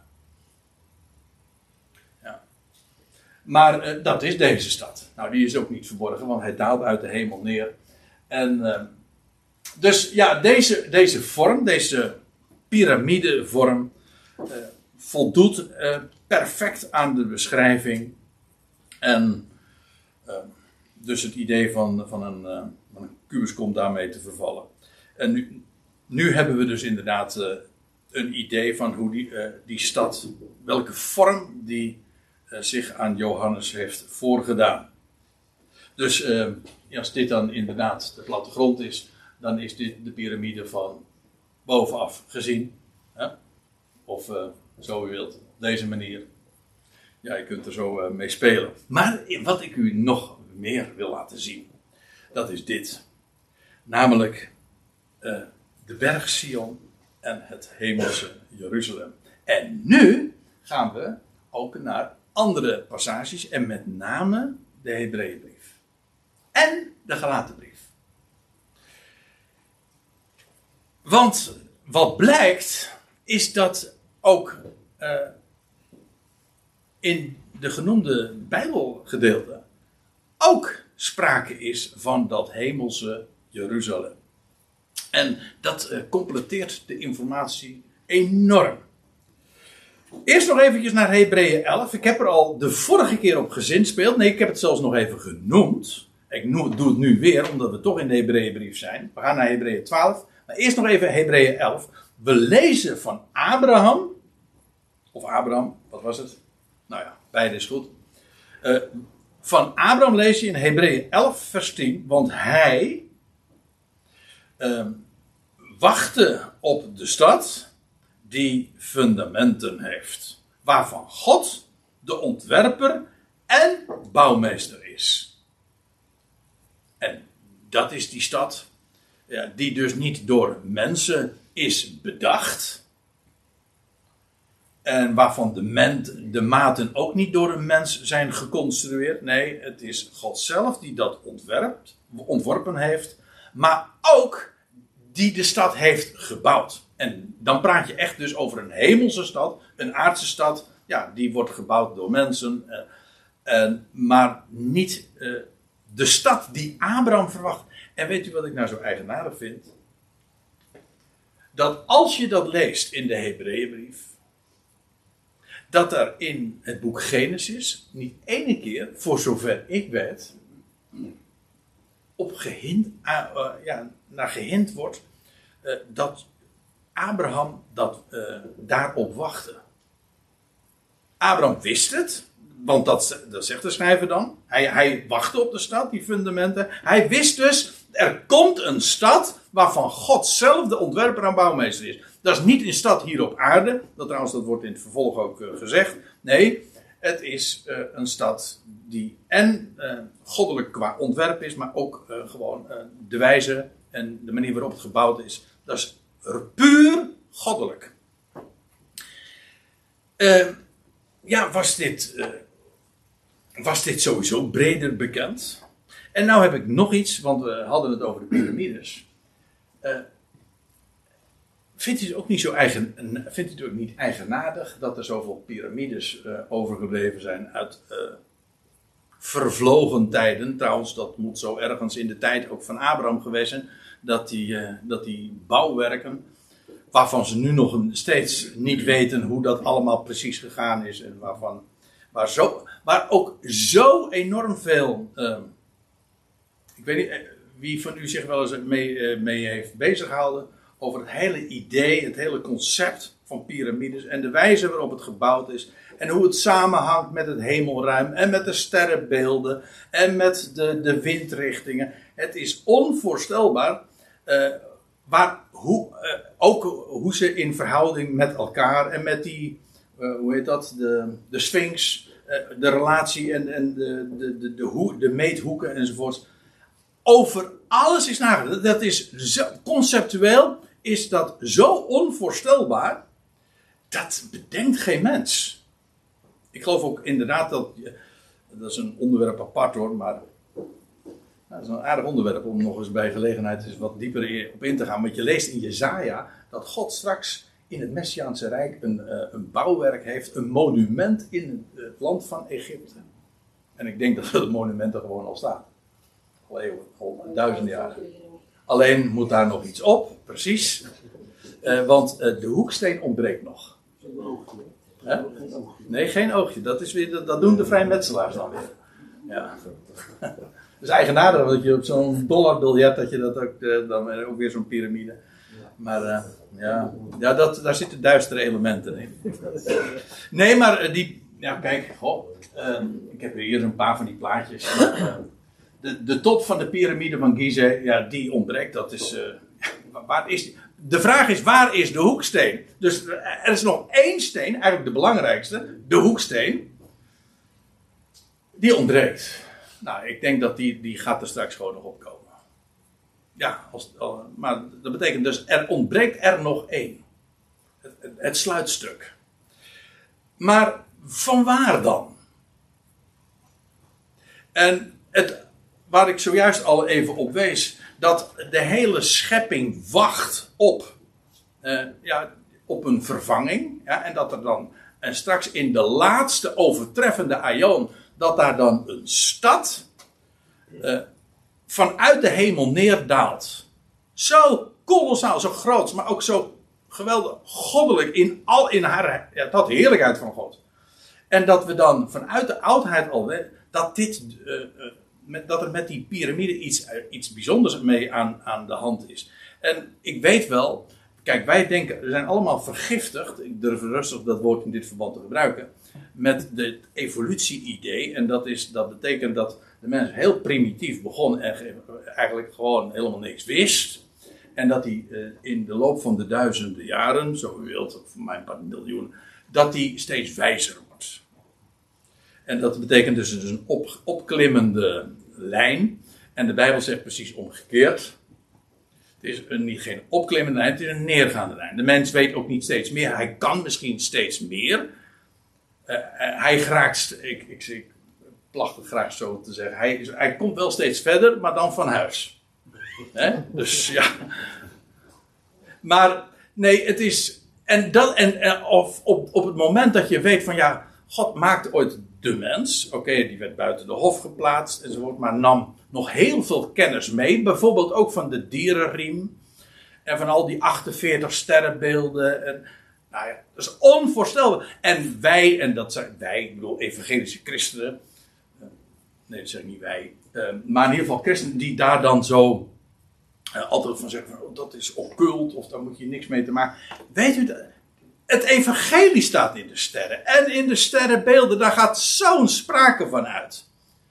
Ja. Maar dat is deze stad. Nou, die is ook niet verborgen, want hij daalt uit de hemel neer. En dus ja, deze vorm, deze piramidevorm, voldoet perfect aan de beschrijving. En dus het idee van een kubus komt daarmee te vervallen. En nu hebben we dus inderdaad een idee van hoe die stad, welke vorm die zich aan Johannes heeft voorgedaan. Dus als dit dan inderdaad de plattegrond is, dan is dit de piramide van bovenaf gezien. Hè? Of zo u wilt, op deze manier. Ja, je kunt er zo mee spelen. Maar wat ik u nog meer wil laten zien, dat is dit. Namelijk de berg Sion en het hemelse Jeruzalem. En nu gaan we ook naar andere passages en met name de Hebreeënbrief. En de Galatenbrief. Want wat blijkt is dat ook in de genoemde Bijbelgedeelten ook sprake is van dat hemelse Jeruzalem. En dat completeert de informatie enorm. Eerst nog eventjes naar Hebreeën 11. Ik heb er al de vorige keer op gezinspeeld. Nee, ik heb het zelfs nog even genoemd. Ik doe het nu weer, omdat we toch in de Hebreeënbrief zijn. We gaan naar Hebreeën 12. Maar eerst nog even Hebreeën 11. We lezen van Abraham. Of Abraham, wat was het? Nou ja, beide is goed. Van Abraham lees je in Hebreeën 11 vers 10. Want hij wachtte op de stad die fundamenten heeft. Waarvan God de ontwerper en bouwmeester is. En dat is die stad die dus niet door mensen is bedacht. En waarvan de maten ook niet door een mens zijn geconstrueerd. Nee, het is God zelf die dat ontworpen heeft. Maar ook die de stad heeft gebouwd. En dan praat je echt dus over een hemelse stad. Een aardse stad. Ja, die wordt gebouwd door mensen. Maar niet de stad die Abraham verwacht. En weet u wat ik nou zo eigenaardig vind? Dat als je dat leest in de Hebreeënbrief, dat er in het boek Genesis niet ene keer, voor zover ik weet, naar gehind wordt dat Abraham daarop wachtte. Abraham wist het, want dat zegt de schrijver dan. Hij wachtte op de stad, die fundamenten. Hij wist dus, er komt een stad waarvan God zelf de ontwerper en bouwmeester is. Dat is niet een stad hier op aarde. Dat wordt in het vervolg ook gezegd. Nee, het is een stad die goddelijk qua ontwerp is, maar ook gewoon de wijze en de manier waarop het gebouwd is. Dat is puur goddelijk. Was dit sowieso breder bekend? En nou heb ik nog iets, want we hadden het over de piramides. Vindt u het ook niet eigenaardig dat er zoveel piramides overgebleven zijn uit vervlogen tijden? Trouwens, dat moet zo ergens in de tijd ook van Abraham geweest zijn. Dat die bouwwerken, waarvan ze nu nog steeds niet weten hoe dat allemaal precies gegaan is. En waar ook zo enorm veel... ik weet niet wie van u zich wel eens mee heeft beziggehouden over het hele idee, het hele concept van piramides en de wijze waarop het gebouwd is en hoe het samenhangt met het hemelruim en met de sterrenbeelden en met de windrichtingen. Het is onvoorstelbaar hoe ze in verhouding met elkaar en met die, de Sphinx, de relatie en de meethoeken enzovoort. Over alles is nagedacht. Dat is conceptueel is dat zo onvoorstelbaar. Dat bedenkt geen mens. Ik geloof ook inderdaad dat is een onderwerp apart hoor, maar dat is een aardig onderwerp om nog eens bij gelegenheid eens wat dieper op in te gaan. Want je leest in Jesaja dat God straks in het Messiaanse Rijk een bouwwerk heeft, een monument in het land van Egypte. En ik denk dat het monument er gewoon al staat. Al eeuwen, al duizenden jaren. Alleen moet daar nog iets op, precies. Want de hoeksteen ontbreekt nog. Nee, geen oogje. Dat doen de vrijmetselaars dan weer. Ja. Dat is eigenaardig dat je op zo'n dollarbiljet dat je dat ook dan ook weer zo'n piramide. Maar daar zitten duistere elementen in. Nee, maar kijk, ik heb hier een paar van die plaatjes. De top van de piramide van Gizeh, die ontbreekt. Dat is, waar is die? De vraag is, waar is de hoeksteen? Dus er is nog één steen, eigenlijk de belangrijkste, de hoeksteen. Die ontbreekt. Nou, ik denk dat die gaat er straks gewoon nog opkomen. Ja, maar dat betekent dus, er ontbreekt er nog één. Het sluitstuk. Maar van waar dan? En waar ik zojuist al even op wees, dat de hele schepping wacht op een vervanging. Ja, en dat er dan, en straks in de laatste overtreffende aion, dat daar dan een stad vanuit de hemel neerdaalt. Zo kolossaal, zo groot, maar ook zo geweldig goddelijk in haar, ja, dat heerlijkheid van God. En dat we dan vanuit de oudheid al weten dat er met die piramide iets bijzonders mee aan de hand is. En ik weet wel, kijk, wij denken, we zijn allemaal vergiftigd, ik durf rustig dat woord in dit verband te gebruiken, met het evolutie-idee. En dat betekent dat de mens heel primitief begon en eigenlijk gewoon helemaal niks wist. En dat hij in de loop van de duizenden jaren, zo u wilt, of voor mijn part miljoen, dat hij steeds wijzer wordt. En dat betekent dus een opklimmende lijn. En de Bijbel zegt precies omgekeerd. Het is geen opklimmende lijn, het is een neergaande lijn. De mens weet ook niet steeds meer. Hij kan misschien steeds meer. Hij geraakt, ik placht het graag zo te zeggen, hij komt wel steeds verder, maar dan van huis. Dus ja. Maar nee, het is. Of op het moment dat je weet van ja, God maakte ooit de mens. Oké, die werd buiten de hof geplaatst enzovoort, maar nam nog heel veel kennis mee. Bijvoorbeeld ook van de dierenriem. En van al die 48 sterrenbeelden. En, nou ja, dat is onvoorstelbaar. En wij, en dat zijn wij, ik bedoel evangelische christenen. Nee, dat zeg ik niet wij. Maar in ieder geval christenen die daar dan zo altijd van zeggen van, oh, dat is occult of daar moet je niks mee te maken. Weet u, het evangelie staat in de sterren. En in de sterrenbeelden, daar gaat zo'n sprake van uit.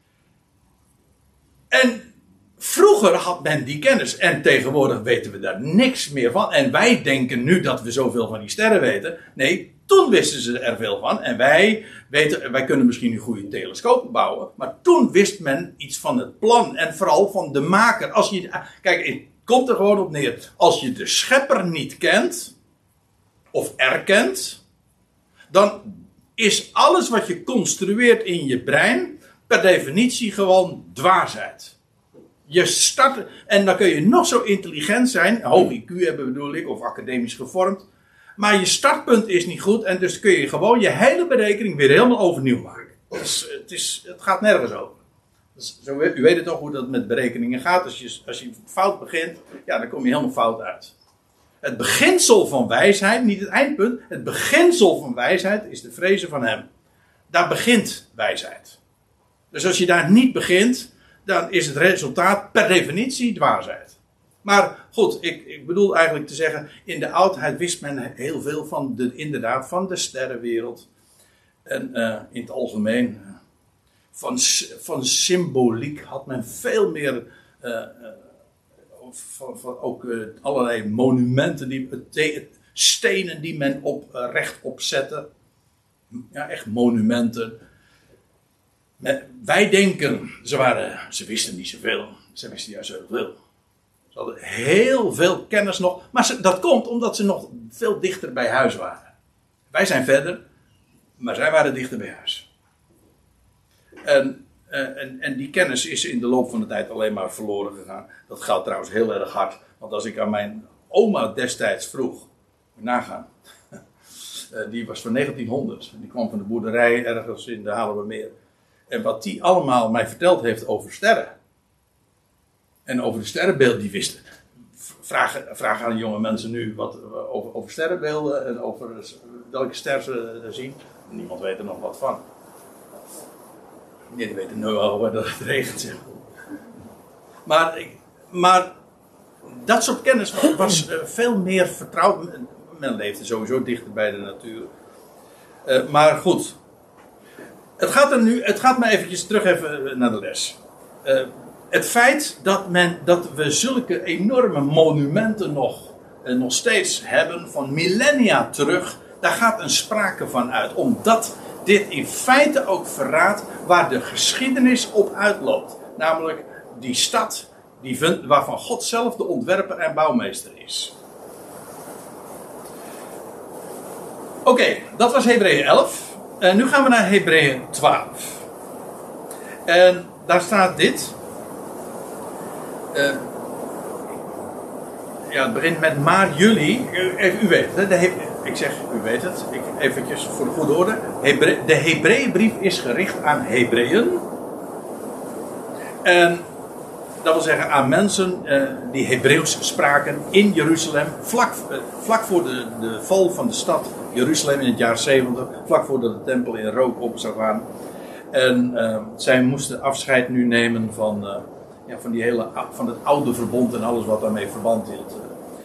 En vroeger had men die kennis. En tegenwoordig weten we daar niks meer van. En wij denken nu dat we zoveel van die sterren weten. Nee, toen wisten ze er veel van. En wij kunnen misschien een goede telescoop bouwen. Maar toen wist men iets van het plan. En vooral van de maker. Kijk, het komt er gewoon op neer. Als je de schepper niet kent. Of erkent. Dan is alles wat je construeert in je brein. Per definitie gewoon dwaasheid. Je start. En dan kun je nog zo intelligent zijn. Hoog IQ hebben bedoel ik. Of academisch gevormd. Maar je startpunt is niet goed. En dus kun je gewoon je hele berekening weer helemaal overnieuw maken. Het gaat nergens over. Dus u weet het toch hoe dat met berekeningen gaat. Als je fout begint. Ja, dan kom je helemaal fout uit. Het beginsel van wijsheid. Niet het eindpunt. Het beginsel van wijsheid is de vrezen van hem. Daar begint wijsheid. Dus als je daar niet begint. Dan is het resultaat per definitie dwaasheid. Maar goed, ik bedoel eigenlijk te zeggen, in de oudheid wist men heel veel van van de sterrenwereld. En in het algemeen, van symboliek had men veel meer, van ook allerlei monumenten, stenen die men rechtop zette. Ja, echt monumenten. Wij denken, ze wisten niet zoveel, ze wisten juist heel veel. Ze hadden heel veel kennis nog. Maar dat komt omdat ze nog veel dichter bij huis waren. Wij zijn verder. Maar zij waren dichter bij huis. En die kennis is in de loop van de tijd alleen maar verloren gegaan. Dat geldt trouwens heel erg hard. Want als ik aan mijn oma destijds vroeg. Moet je nagaan. Die was van 1900. Die kwam van de boerderij ergens in de Haarlemmermeer. En wat die allemaal mij verteld heeft over sterren. En over de sterrenbeelden die wisten. Vraag aan jonge mensen nu wat over sterrenbeelden en over welke ster ze zien. Niemand weet er nog wat van. Nee, die weten nu al waar dat het regent. Zeg. Maar dat soort kennis was veel meer vertrouwd. Men leefde sowieso dichter bij de natuur. Maar goed. Het gaat me eventjes terug even naar de les. Het feit dat we zulke enorme monumenten nog steeds hebben, van millennia terug, daar gaat een sprake van uit. Omdat dit in feite ook verraadt waar de geschiedenis op uitloopt. Namelijk die stad waarvan God zelf de ontwerper en bouwmeester is. Oké, dat was Hebreeën 11. Nu gaan we naar Hebreeën 12. En daar staat dit. Het begint met maar jullie. U weet het. Ik zeg, u weet het. Eventjes voor de goede orde. De Hebreeënbrief is gericht aan Hebreeën. En Dat wil zeggen aan mensen die Hebreeuws spraken in Jeruzalem. Vlak voor de val van de stad Jeruzalem in het jaar 70. Vlak voordat de tempel in rook op zou gaan. En zij moesten afscheid nu nemen van het oude verbond en alles wat daarmee verband hield.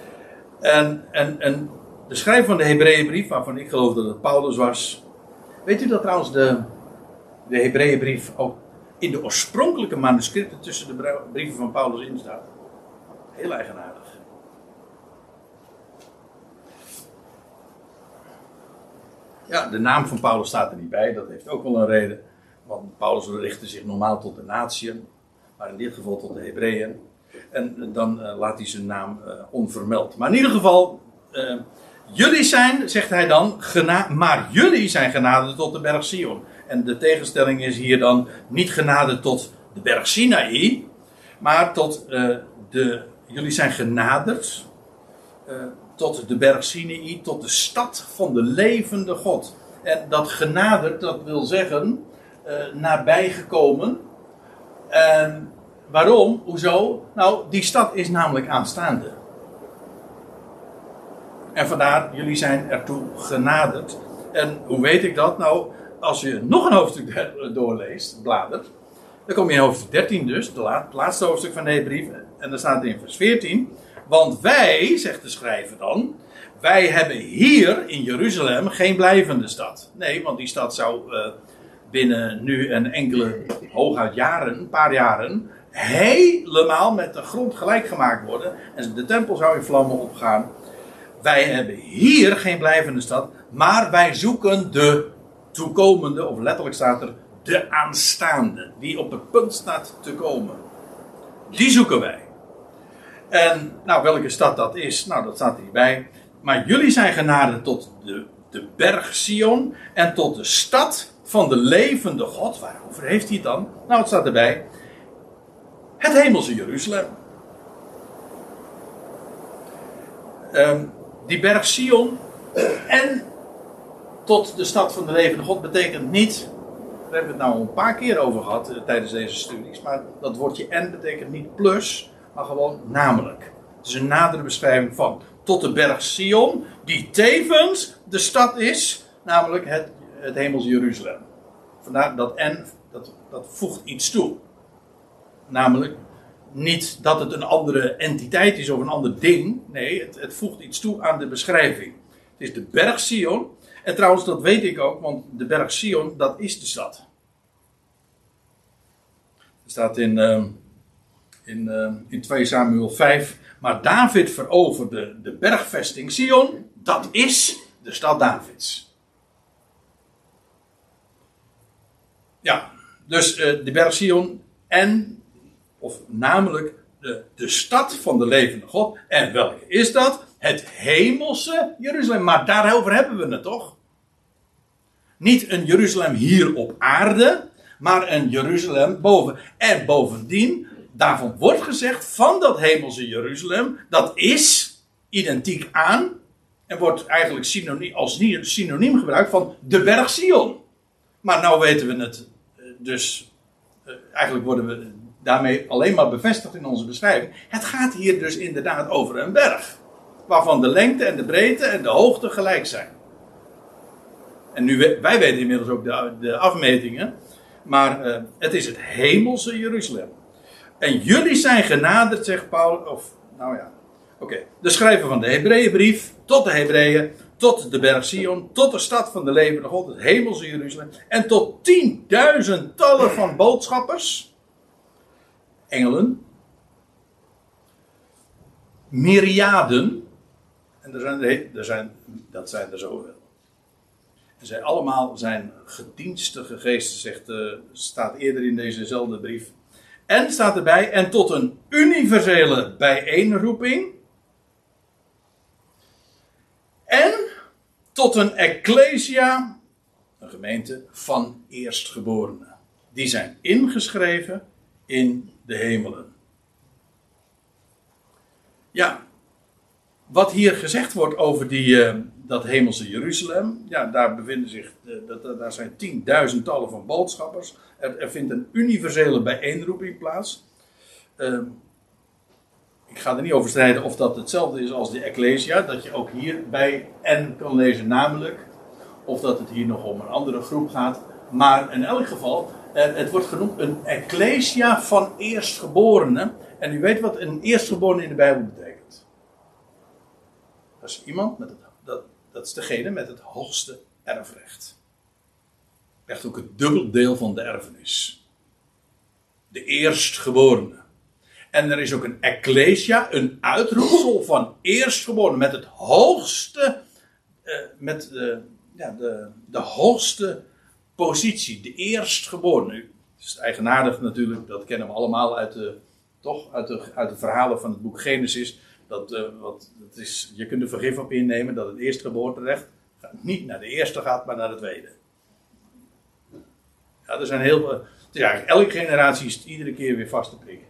En de schrijver van de Hebreeënbrief, waarvan ik geloof dat het Paulus was. Weet u dat trouwens de Hebreeënbrief ook in de oorspronkelijke manuscripten tussen de brieven van Paulus in staat? Heel eigenaardig. Ja, de naam van Paulus staat er niet bij. Dat heeft ook wel een reden. Want Paulus richtte zich normaal tot de natieën. Maar in dit geval tot de Hebreeën. En dan laat hij zijn naam onvermeld. Maar in ieder geval, jullie zijn, zegt hij dan, maar jullie zijn genade tot de berg Sion. En de tegenstelling is hier dan niet genade tot de berg Sinaï. Maar tot jullie zijn genaderd tot de berg Sinaï, tot de stad van de levende God. En dat genaderd, dat wil zeggen nabijgekomen. En waarom? Hoezo? Nou, die stad is namelijk aanstaande. En vandaar, jullie zijn ertoe genaderd. En hoe weet ik dat? Nou, als je nog een hoofdstuk doorleest, bladert, dan kom je in hoofdstuk 13 dus, het laatste hoofdstuk van de brief. En dan staat in vers 14. Want wij, zegt de schrijver dan, wij hebben hier in Jeruzalem geen blijvende stad. Nee, want die stad zou binnen nu en enkele, hooguit jaren, een paar jaren, helemaal met de grond gelijk gemaakt worden. En de tempel zou in vlammen opgaan. Wij hebben hier geen blijvende stad, maar wij zoeken de toekomende, of letterlijk staat er, de aanstaande, die op het punt staat te komen. Die zoeken wij. En nou, welke stad dat is, nou, dat staat er niet bij. Maar jullie zijn genaderd tot de berg Sion en tot de stad van de levende God. Waarover heeft hij het dan? Nou, het staat erbij. Het hemelse Jeruzalem. Die berg Sion en tot de stad van de levende God betekent niet. Daar hebben we het nou een paar keer over gehad tijdens deze studies. Maar dat woordje en betekent niet plus, maar gewoon namelijk. Het is een nadere beschrijving van. Tot de berg Sion, die tevens de stad is, namelijk het hemelse Jeruzalem. Vandaar dat en, dat voegt iets toe. Namelijk, niet dat het een andere entiteit is of een ander ding. Nee, het voegt iets toe aan de beschrijving. Het is de berg Sion. En trouwens, dat weet ik ook, want de berg Sion, dat is de stad. Er staat in 2 Samuel 5. Maar David veroverde de bergvesting Sion. Dat is de stad Davids. Ja, dus de berg Sion en, of namelijk de stad van de levende God. En welke is dat? Het hemelse Jeruzalem. Maar daarover hebben we het toch? Niet een Jeruzalem hier op aarde, maar een Jeruzalem boven. En bovendien, daarvan wordt gezegd van dat hemelse Jeruzalem, dat is identiek aan, en wordt eigenlijk synoniem gebruikt van de berg Sion. Maar nou weten we het, dus eigenlijk worden we daarmee alleen maar bevestigd in onze beschrijving. Het gaat hier dus inderdaad over een berg, waarvan de lengte en de breedte en de hoogte gelijk zijn. En nu, wij weten inmiddels ook de afmetingen. Maar het is het hemelse Jeruzalem. En jullie zijn genaderd, zegt Paulus. Of, nou ja. Oké. De schrijver van de Hebreeënbrief. Tot de Hebreeën. Tot de berg Sion. Tot de stad van de levende God. Het hemelse Jeruzalem. En tot tienduizendtallen van boodschappers. Engelen. Myriaden. En dat zijn er zoveel. En zij allemaal zijn gedienstige geesten, staat eerder in dezezelfde brief. En staat erbij, en tot een universele bijeenroeping. En tot een ecclesia, een gemeente van eerstgeborenen. Die zijn ingeschreven in de hemelen. Ja, wat hier gezegd wordt over dat hemelse Jeruzalem, ja, daar bevinden zich, daar zijn tienduizendtallen van boodschappers. Er vindt een universele bijeenroeping plaats. Ik ga er niet over strijden of dat hetzelfde is als de Ecclesia. Dat je ook hier bij en kan lezen namelijk. Of dat het hier nog om een andere groep gaat. Maar in elk geval, het wordt genoemd een Ecclesia van eerstgeborenen. En u weet wat een eerstgeborene in de Bijbel betekent. Dat is iemand met dat is degene met het hoogste erfrecht. Echt ook het dubbeldeel van de erfenis. De eerstgeborene. En er is ook een Ecclesia, een uitroepsel van eerstgeborenen met het hoogste, met de hoogste positie, de eerstgeborene. Het is eigenaardig natuurlijk, dat kennen we allemaal uit de verhalen van het boek Genesis. Je kunt er vergif op innemen dat het eerstgeboorterecht niet naar de eerste gaat, maar naar de tweede. Ja, er zijn heel veel. Ja, elke generatie is het iedere keer weer vast te prikken.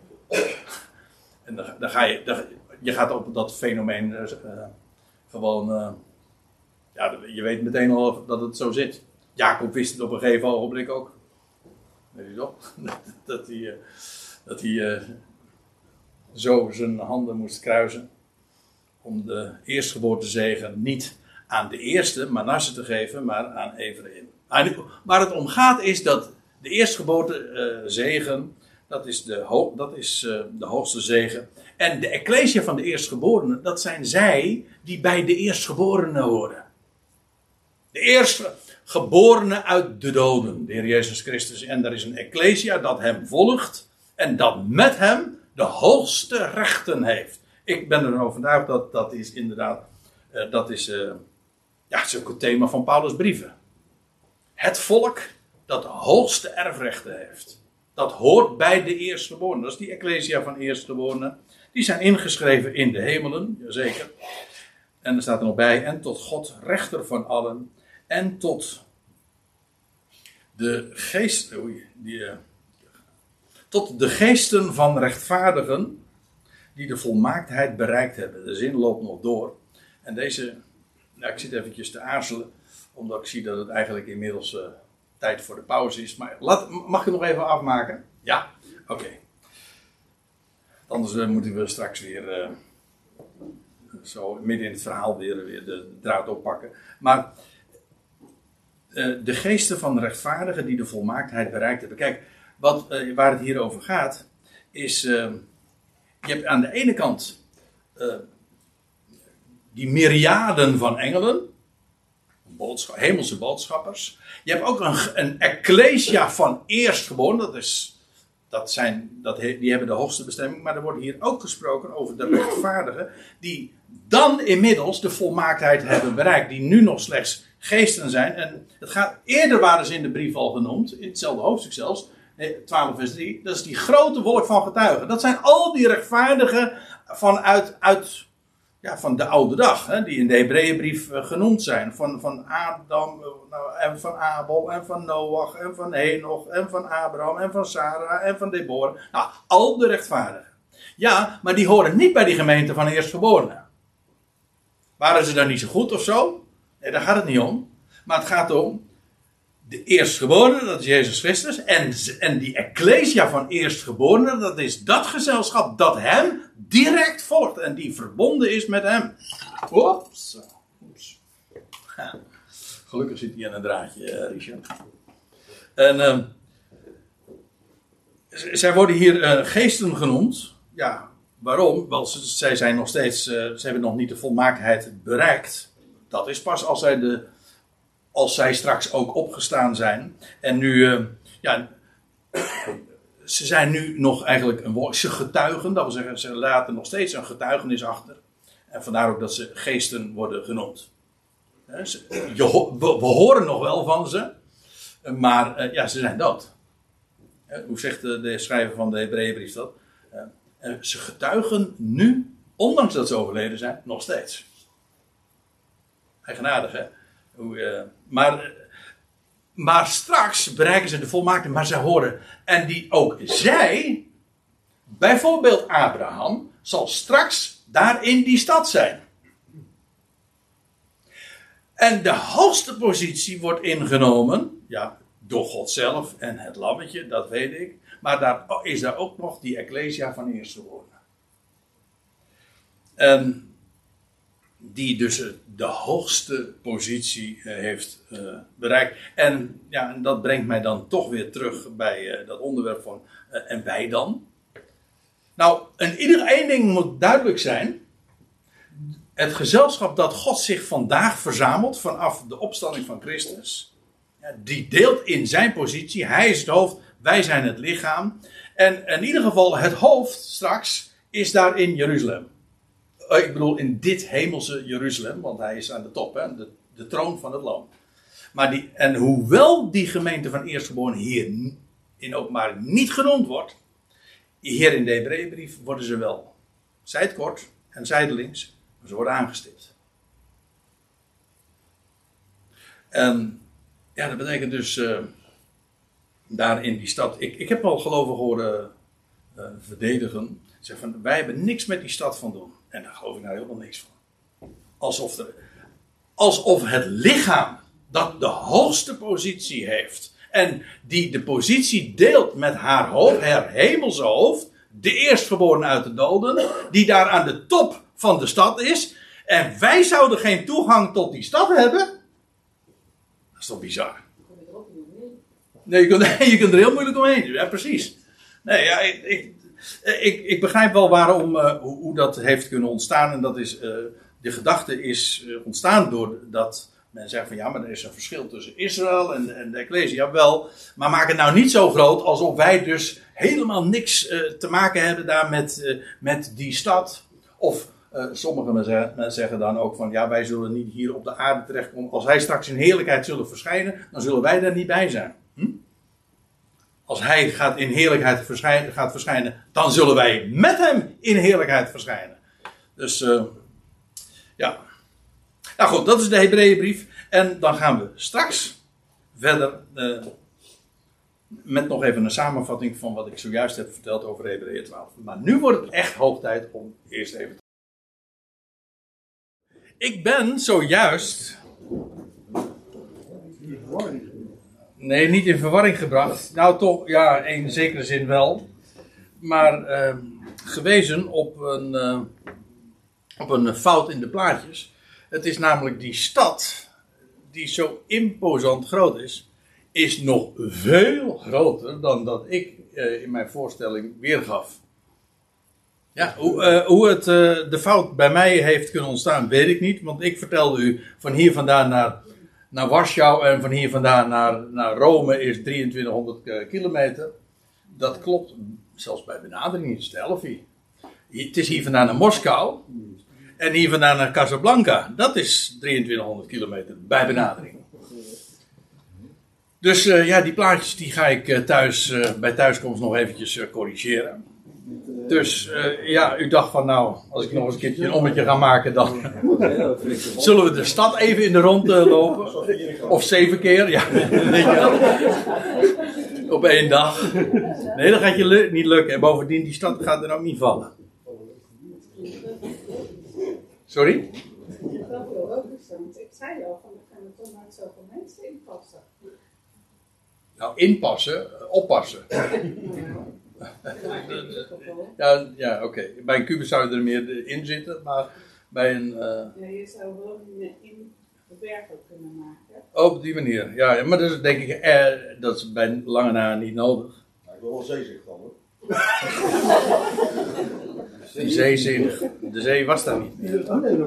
En dan ga je gaat op dat fenomeen gewoon. Je weet meteen al dat het zo zit. Jacob wist het op een gegeven ogenblik ook. Weet je toch? Dat hij zo zijn handen moest kruisen. Om de eerstgeboortezegen niet aan de eerste Manasse te geven, maar aan Efraïm. Waar het om gaat is dat de eerstgeboortezegen, dat is de hoogste zegen. En de Ecclesia van de eerstgeborenen, dat zijn zij die bij de eerstgeborenen horen. De eerstgeborenen uit de doden, de Heer Jezus Christus. En er is een Ecclesia dat hem volgt en dat met hem de hoogste rechten heeft. Ik ben er overtuigd dat is inderdaad, het is ook het thema van Paulus' brieven. Het volk dat de hoogste erfrechten heeft. Dat hoort bij de eerstgeborenen. Dat is die Ecclesia van eerstgeborenen. Die zijn ingeschreven in de hemelen, jazeker. En er staat er nog bij, en tot God, rechter van allen. En tot de geest, tot de geesten van rechtvaardigen die de volmaaktheid bereikt hebben. De zin loopt nog door. En deze, ik zit eventjes te aarzelen, omdat ik zie dat het eigenlijk inmiddels tijd voor de pauze is. Maar mag ik het nog even afmaken? Ja? Oké. Anders moeten we straks weer zo midden in het verhaal weer de draad oppakken. Maar de geesten van de rechtvaardigen die de volmaaktheid bereikt hebben. Kijk, waar het hier over gaat, is je hebt aan de ene kant die myriaden van engelen, hemelse boodschappers. Je hebt ook een Ecclesia van eerstgeborenen, die hebben de hoogste bestemming, maar er wordt hier ook gesproken over de rechtvaardigen, die dan inmiddels de volmaaktheid hebben bereikt, die nu nog slechts geesten zijn. En eerder waren ze in de brief al genoemd, in hetzelfde hoofdstuk zelfs, 12 vers 3, dat is die grote wolk van getuigen. Dat zijn al die rechtvaardigen van de oude dag, hè, die in de Hebreeënbrief genoemd zijn. Van Adam en van Abel en van Noach en van Henoch en van Abraham en van Sarah en van Deborah. Nou, al de rechtvaardigen. Ja, maar die horen niet bij die gemeente van eerstgeborenen. Waren ze dan niet zo goed of zo? Nee, daar gaat het niet om. Maar het gaat om de eerstgeborene, dat is Jezus Christus. En die Ecclesia van eerstgeborenen, dat is dat gezelschap dat hem direct volgt. En die verbonden is met hem. Oeps. Ja, gelukkig zit hij aan een draadje, Richard. En zij worden hier geesten genoemd. Ja, waarom? Wel, zij zijn nog steeds, ze hebben nog niet de volmaaktheid bereikt. Dat is pas als zij straks ook opgestaan zijn. En nu, ze zijn nu nog eigenlijk ze getuigen. Dat wil zeggen, ze laten nog steeds een getuigenis achter. En vandaar ook dat ze geesten worden genoemd. We horen nog wel van ze. Maar ze zijn dood. Hoe zegt de schrijver van de Hebreeënbrief dat? Ze getuigen nu, ondanks dat ze overleden zijn, nog steeds. Eigenaardig, hè? Maar straks bereiken ze de volmaakte, maar zij horen. En zij, bijvoorbeeld Abraham, zal straks daar in die stad zijn. En de hoogste positie wordt ingenomen, ja, door God zelf en het lammetje, dat weet ik. Maar daar is daar ook nog die Ecclesia van eerstgeborenen. En die dus de hoogste positie heeft bereikt. En ja, dat brengt mij dan toch weer terug bij dat onderwerp van en wij dan? Nou, één ding moet duidelijk zijn. Het gezelschap dat God zich vandaag verzamelt vanaf de opstanding van Christus, die deelt in zijn positie. Hij is het hoofd, wij zijn het lichaam. En in ieder geval het hoofd straks is daar in Jeruzalem. Ik bedoel in dit hemelse Jeruzalem, want hij is aan de top, hè, de troon van het lam. En hoewel die gemeente van eerstgeborenen hier in openbaring niet genoemd wordt, hier in de Hebreeënbrief worden ze wel zijdkort en zijdelings, maar ze worden aangestipt. En ja, dat betekent dus daar in die stad. Ik heb al gelovigen horen verdedigen. Zeggen van, wij hebben niks met die stad van doen. En daar geloof ik nou helemaal niks van. Alsof het lichaam dat de hoogste positie heeft. En die de positie deelt met haar hoofd, haar hemelse hoofd. De eerstgeborene uit de doden. Die daar aan de top van de stad is. En wij zouden geen toegang tot die stad hebben. Dat is toch bizar. Nee, je kunt er heel moeilijk omheen. Ja, precies. Nee, ja, ik begrijp wel waarom, hoe dat heeft kunnen ontstaan. En dat is, de gedachte is ontstaan doordat men zegt van ja, maar er is een verschil tussen Israël en de Ecclesia. Wel, maar maak het nou niet zo groot alsof wij dus helemaal niks te maken hebben daar met die stad. Of sommigen mensen zeggen dan ook van ja, wij zullen niet hier op de aarde terechtkomen. Als hij straks in heerlijkheid zullen verschijnen, dan zullen wij daar niet bij zijn. Als hij in heerlijkheid gaat verschijnen, dan zullen wij met hem in heerlijkheid verschijnen. Dus ja. Nou goed, dat is de Hebreeënbrief. En dan gaan we straks verder met nog even een samenvatting van wat ik zojuist heb verteld over Hebreeën 12. Maar nu wordt het echt hoog tijd om eerst even te... Ik ben zojuist... Nee, niet in verwarring gebracht. Nou toch, ja, in zekere zin wel. Maar gewezen op een fout in de plaatjes. Het is namelijk die stad, die zo imposant groot is nog veel groter dan dat ik in mijn voorstelling weergaf. Ja, hoe het de fout bij mij heeft kunnen ontstaan, weet ik niet. Want ik vertelde u van hier vandaan naar Warschau en van hier vandaan naar Rome is 2300 kilometer. Dat klopt zelfs bij benadering niet, stel je. Het is hier vandaan naar Moskou en hier vandaan naar Casablanca. Dat is 2300 kilometer bij benadering. Dus ja, die plaatjes die ga ik bij thuiskomst nog eventjes corrigeren. Dus ja, u dacht van nou, als ik nog eens een keertje een ommetje ga maken, dan zullen we de stad even in de rond lopen. Of 7 keer, ja. Op 1 dag. Nee, dat gaat je niet lukken. En bovendien, die stad gaat er ook niet vallen. Sorry? Ik zei al, van we gaan er toch maar zoveel mensen inpassen. Nou, inpassen, oppassen. Ja, oké. Bij een kubus zou je er meer in zitten, maar bij een... Ja, je zou wel in de berg ook kunnen maken. Oh, op die manier. Ja, maar dat is denk ik, dat is bij lange na niet nodig. Nou, ik wil wel zeezicht dan hoor. De zee was daar niet meer.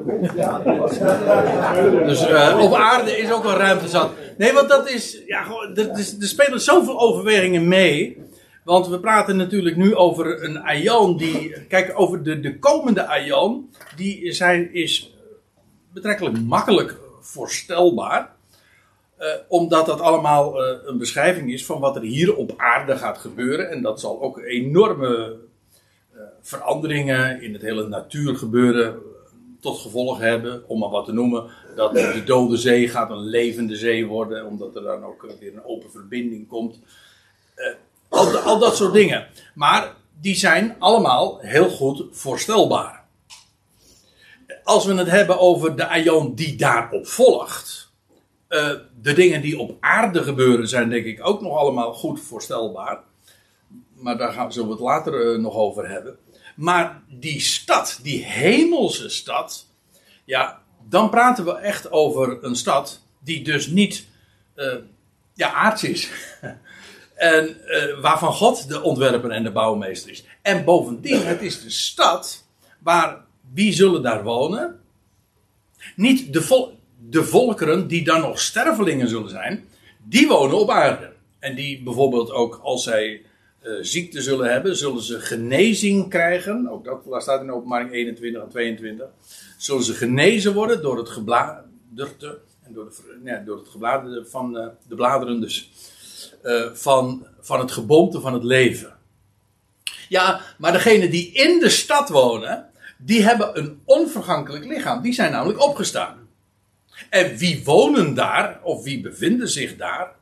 Ja, Dus op aarde is ook wel ruimte zat. Nee, want dat is... Ja, gewoon, er spelen zoveel overwegingen mee. Want we praten natuurlijk nu over een aion die... Kijk, over de komende aion. Die is betrekkelijk makkelijk voorstelbaar. Omdat dat allemaal een beschrijving is van wat er hier op aarde gaat gebeuren. En dat zal ook enorme veranderingen in het hele natuurgebeuren tot gevolg hebben. Om maar wat te noemen. Dat de Dode Zee gaat een levende zee worden. Omdat er dan ook weer een open verbinding komt. Al dat soort dingen. Maar die zijn allemaal heel goed voorstelbaar. Als we het hebben over de aion die daarop volgt. De dingen die op aarde gebeuren zijn denk ik ook nog allemaal goed voorstelbaar. maar daar zullen we het later nog over hebben. Maar die stad, die hemelse stad, ja, dan praten we echt over een stad die dus niet aards is. En waarvan God de ontwerper en de bouwmeester is. En bovendien, het is de stad waar, wie zullen daar wonen? Niet de volkeren die dan nog stervelingen zullen zijn, die wonen op aarde. En die bijvoorbeeld ook als zij ziekte zullen hebben, zullen ze genezing krijgen. Ook dat staat in Openbaring 21 en 22. Zullen ze genezen worden door het gebladerte. En door het gebladerte van de bladeren dus. Van het geboomte van het leven. Ja, maar degenen die in de stad wonen, die hebben een onvergankelijk lichaam. Die zijn namelijk opgestaan. En wie wonen daar, of wie bevinden zich daar?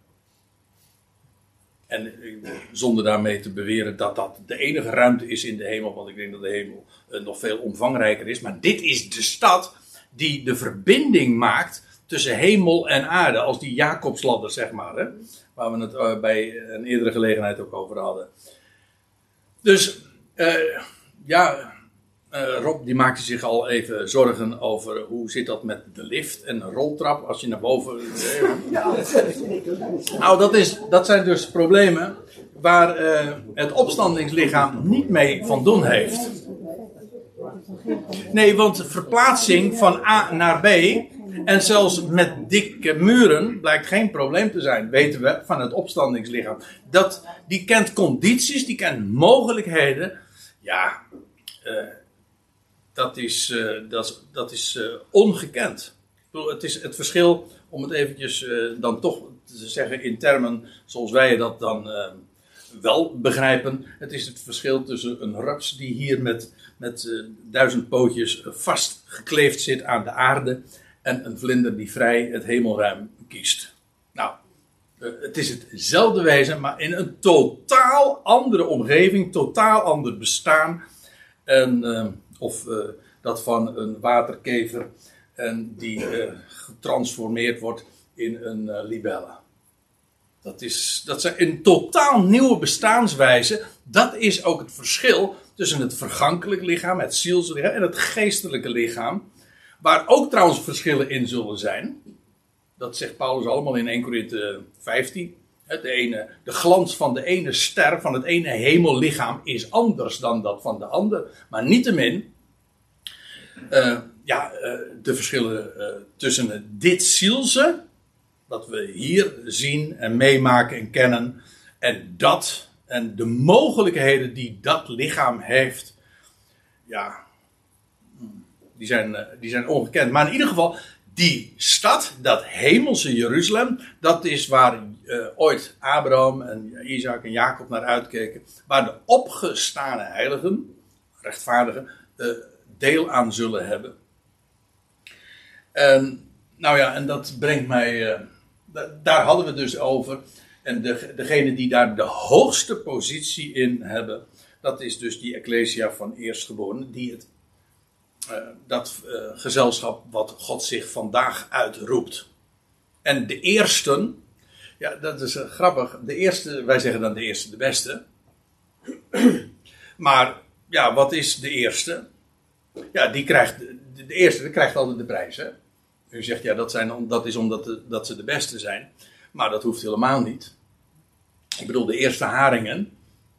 En zonder daarmee te beweren dat dat de enige ruimte is in de hemel, want ik denk dat de hemel nog veel omvangrijker is. Maar dit is de stad die de verbinding maakt tussen hemel en aarde. Als die Jacobsladder, zeg maar. Hè, waar we het bij een eerdere gelegenheid ook over hadden. Dus, Rob die maakte zich al even zorgen over hoe zit dat met de lift en een roltrap als je naar boven... Nou, dat zijn dus problemen waar het opstandingslichaam niet mee van doen heeft. Nee, want verplaatsing van A naar B en zelfs met dikke muren blijkt geen probleem te zijn, weten we van het opstandingslichaam. Die kent condities, die kent mogelijkheden. Ja, dat is ongekend. Ik bedoel, het is het verschil, om het eventjes dan toch te zeggen in termen zoals wij dat dan wel begrijpen. Het is het verschil tussen een rups die hier met 1000 pootjes vastgekleefd zit aan de aarde en een vlinder die vrij het hemelruim kiest. Nou, het is hetzelfde wezen, maar in een totaal andere omgeving, totaal ander bestaan. Of dat van een waterkever en die getransformeerd wordt in een libelle. Dat zijn een totaal nieuwe bestaanswijze. Dat is ook het verschil tussen het vergankelijk lichaam, het zielslichaam en het geestelijke lichaam. Waar ook trouwens verschillen in zullen zijn. Dat zegt Paulus allemaal in 1 Korinthe 15. De glans van de ene ster, van het ene hemellichaam is anders dan dat van de ander. Maar niettemin, de verschillen tussen dit zielse, dat we hier zien en meemaken en kennen, en de mogelijkheden die dat lichaam heeft, ja, die zijn ongekend. Maar in ieder geval, die stad, dat hemelse Jeruzalem, dat is waar ooit Abraham en Isaac en Jacob naar uitkeken. Waar de opgestane heiligen, rechtvaardigen, deel aan zullen hebben. En dat brengt mij... daar hadden we het dus over. En degene die daar de hoogste positie in hebben, dat is dus die Ecclesia van eerstgeborenen, die dat gezelschap wat God zich vandaag uitroept. En de eersten, ja, dat is grappig. De eerste, wij zeggen dan de eerste, de beste. Maar, ja, wat is de eerste? Ja, de eerste krijgt altijd de prijs, hè. U zegt, ja, dat is omdat dat ze de beste zijn. Maar dat hoeft helemaal niet. Ik bedoel, de eerste haringen,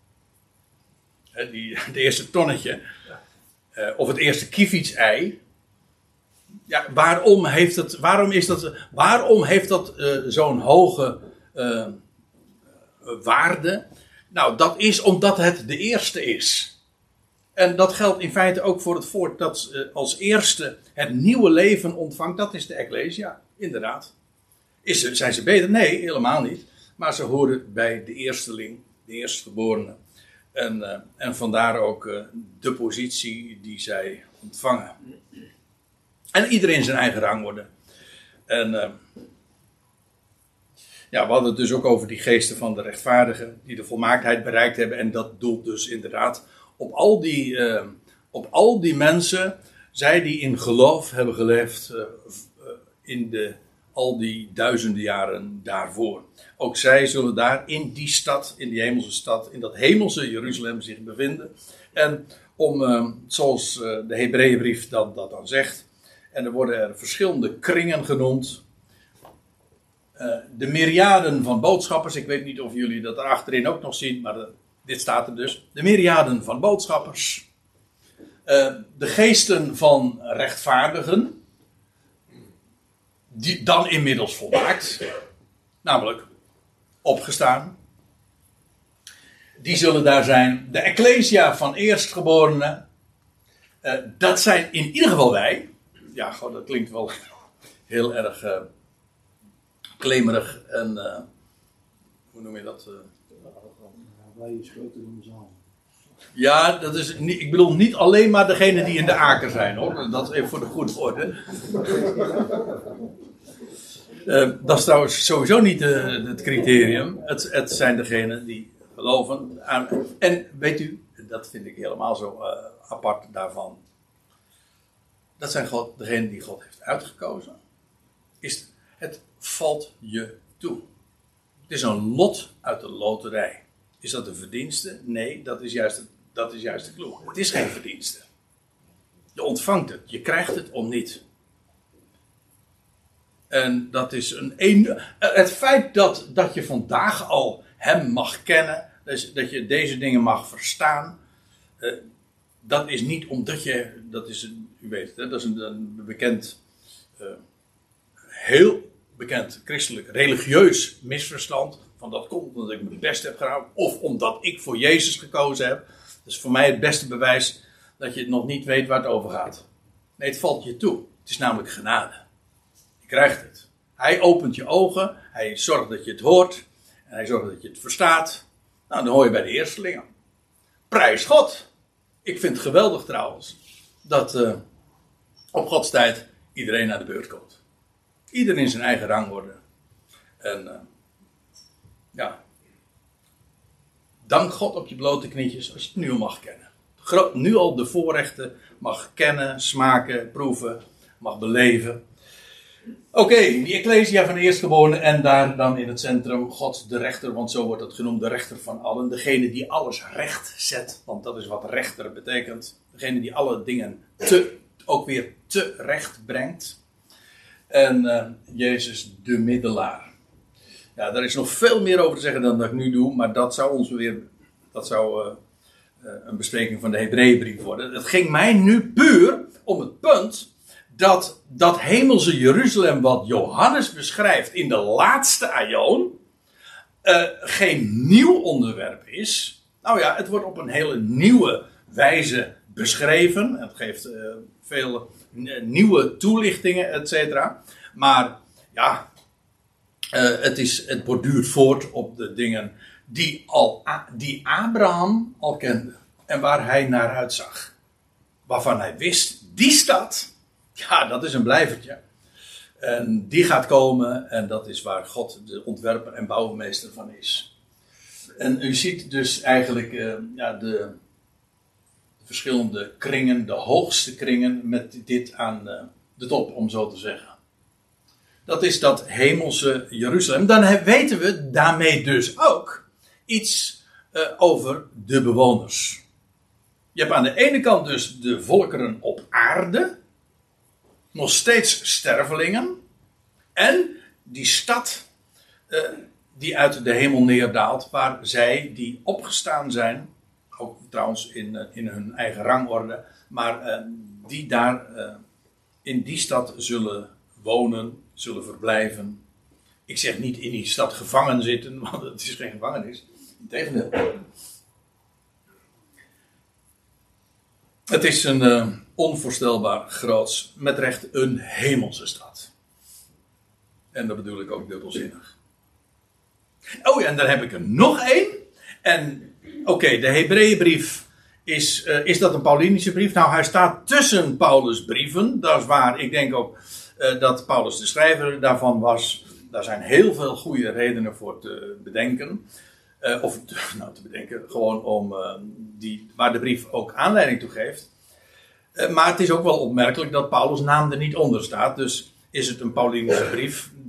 de eerste tonnetje, of het eerste kievitsei. Ja, waarom heeft dat zo'n hoge waarde? Nou, dat is omdat het de eerste is. En dat geldt in feite ook voor het volk dat als eerste het nieuwe leven ontvangt. Dat is de Ecclesia, inderdaad. Zijn ze beter? Nee, helemaal niet. Maar ze horen bij de eersteling, de eerstgeborene. En vandaar ook de positie die zij ontvangen. En iedereen zijn eigen rangorde. En we hadden het dus ook over die geesten van de rechtvaardigen, die de volmaaktheid bereikt hebben. En dat doelt dus inderdaad op al die mensen, zij die in geloof hebben geleefd al die duizenden jaren daarvoor. Ook zij zullen daar in die stad, in die hemelse stad, in dat hemelse Jeruzalem zich bevinden. En zoals de Hebreeënbrief dat dan zegt, en er worden er verschillende kringen genoemd. De myriaden van boodschappers, ik weet niet of jullie dat er achterin ook nog zien, maar dit staat er dus. De myriaden van boodschappers. De geesten van rechtvaardigen, die dan inmiddels volmaakt, namelijk opgestaan. Die zullen daar zijn. De ecclesia van eerstgeborenen, dat zijn in ieder geval wij. Ja, gewoon, dat klinkt wel heel erg klemerig en hoe noem je dat? Wij is groter dan de zaal. Ja, dat is niet, ik bedoel niet alleen maar degene die in de aker zijn, hoor. Dat even voor de goede orde. Dat is trouwens sowieso niet het criterium. Het zijn degenen die geloven aan. En weet u, dat vind ik helemaal zo apart daarvan. Dat zijn degenen die God heeft uitgekozen. Het valt je toe. Het is een lot uit de loterij. Is dat een verdienste? Nee, dat is juist de clue. Het is geen verdienste. Je ontvangt het. Je krijgt het om niet. En dat is het feit dat je vandaag al hem mag kennen. Dus dat je deze dingen mag verstaan. Dat is niet omdat je. Dat is, u weet het, hè, dat is een bekend. Heel bekend christelijk religieus misverstand. Van dat komt omdat ik mijn best heb gedaan. Of omdat ik voor Jezus gekozen heb. Dat is voor mij het beste bewijs dat je nog niet weet waar het over gaat. Nee, het valt je toe. Het is namelijk genade. Je krijgt het. Hij opent je ogen. Hij zorgt dat je het hoort. En hij zorgt dat je het verstaat. Nou, dan hoor je bij de eerstelingen. Prijs God. Ik vind het geweldig trouwens. Dat op Gods tijd iedereen naar de beurt komt. Iedereen in zijn eigen rangorde. En ja. Dank God op je blote knietjes als je het nu al mag kennen. Nu al de voorrechten mag kennen, smaken, proeven, mag beleven. Oké, die ecclesia van de eerstgeborenen en daar dan in het centrum God de rechter, want zo wordt het genoemd, de rechter van allen. Degene die alles recht zet, want dat is wat rechter betekent. Degene die alle dingen ook weer terecht brengt. En Jezus de middelaar. Ja, daar is nog veel meer over te zeggen dan dat ik nu doe, maar dat zou een bespreking van de Hebreeënbrief worden. Het ging mij nu puur om het punt dat hemelse Jeruzalem wat Johannes beschrijft in de laatste aion geen nieuw onderwerp is. Nou ja, het wordt op een hele nieuwe wijze beschreven. Het geeft veel nieuwe toelichtingen, et cetera. Maar ja, het borduurt voort op de dingen die Abraham al kende. En waar hij naar uitzag. Waarvan hij wist, die stad, ja, dat is een blijvertje. En die gaat komen en dat is waar God de ontwerper en bouwmeester van is. En u ziet dus eigenlijk de verschillende kringen, de hoogste kringen met dit aan de top, om zo te zeggen. Dat is dat hemelse Jeruzalem. Dan weten we daarmee dus ook iets over de bewoners. Je hebt aan de ene kant dus de volkeren op aarde. Nog steeds stervelingen. En die stad die uit de hemel neerdaalt. Waar zij die opgestaan zijn. Ook trouwens in hun eigen rangorde. Maar die daar in die stad zullen wonen. Zullen verblijven. Ik zeg niet in die stad gevangen zitten. Want het is geen gevangenis. Integendeel. Het is een onvoorstelbaar groots, met recht een hemelse stad. En dat bedoel ik ook dubbelzinnig. Oh ja, en dan heb ik er nog één. En oké, de Hebreeënbrief is dat een Paulinische brief? Nou, hij staat tussen Paulus' brieven. Dat is waar. Ik denk ook dat Paulus de schrijver daarvan was. Daar zijn heel veel goede redenen voor te bedenken. Te bedenken, gewoon om waar de brief ook aanleiding toe geeft. Maar het is ook wel opmerkelijk dat Paulus' naam er niet onder staat. Dus is het een Paulinische brief,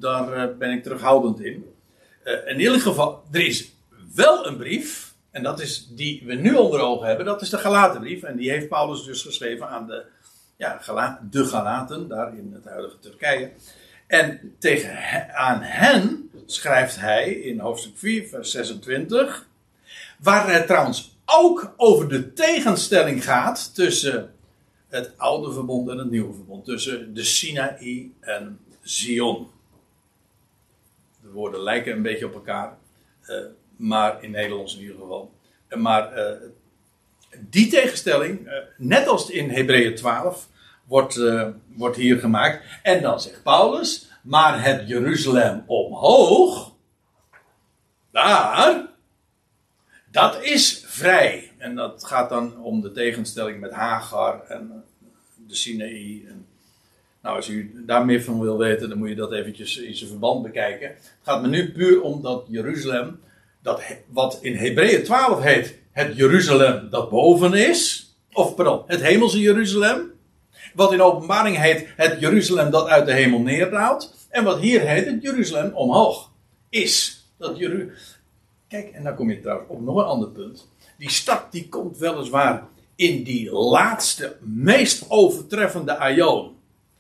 daar ben ik terughoudend in. In ieder geval, er is wel een brief, en dat is die we nu onder ogen hebben, dat is de Galatenbrief. En die heeft Paulus dus geschreven aan de Galaten, daar in het huidige Turkije. En aan hen schrijft hij in hoofdstuk 4, vers 26, waar het trouwens ook over de tegenstelling gaat tussen het oude verbond en het nieuwe verbond. Tussen de Sinaï en Zion. De woorden lijken een beetje op elkaar. Maar in Nederlands in ieder geval. Maar die tegenstelling, net als in Hebreeën 12, wordt hier gemaakt. En dan zegt Paulus, maar het Jeruzalem omhoog, daar, dat is vrij. En dat gaat dan om de tegenstelling met Hagar en de Sinaï. Nou, als u daar meer van wil weten, dan moet je dat eventjes in zijn verband bekijken. Het gaat me nu puur om dat Jeruzalem, wat in Hebreeën 12 heet het Jeruzalem dat boven is. Of pardon, het hemelse Jeruzalem. Wat in Openbaring heet het Jeruzalem dat uit de hemel neerdaalt. En wat hier heet het Jeruzalem omhoog is. Kijk, en dan kom je trouwens op nog een ander punt. Die stad die komt weliswaar in die laatste, meest overtreffende aion.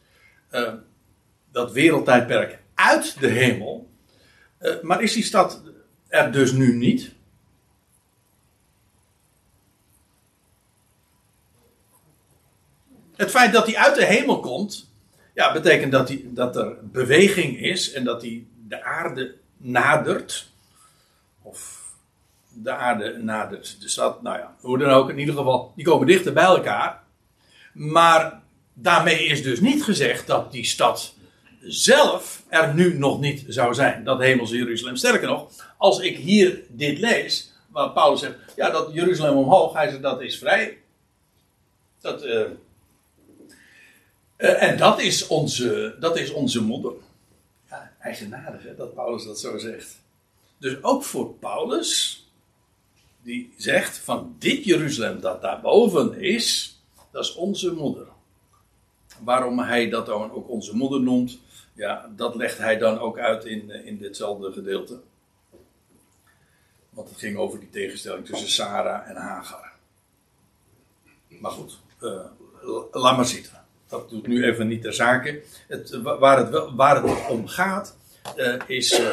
Dat wereldtijdperk uit de hemel. Maar is die stad er dus nu niet? Het feit dat hij uit de hemel komt, ja, betekent dat er beweging is en dat hij de aarde nadert. Of de aarde nadert de stad. Nou ja, hoe dan ook, in ieder geval, die komen dichter bij elkaar. Maar daarmee is dus niet gezegd dat die stad zelf er nu nog niet zou zijn. Dat hemelse Jeruzalem. Sterker nog, als ik hier dit lees, waar Paulus zegt, ja, dat Jeruzalem omhoog, hij zegt, dat is vrij. En dat is onze moeder. Ja, eigenaardig hè, dat Paulus dat zo zegt. Dus ook voor Paulus, die zegt van dit Jeruzalem dat daarboven is, dat is onze moeder. Waarom hij dat dan ook onze moeder noemt, ja, dat legt hij dan ook uit in ditzelfde gedeelte. Want het ging over die tegenstelling tussen Sarah en Hagar. Maar goed, laat maar zitten. Dat doet nu even niet ter zake. Waar het om gaat, is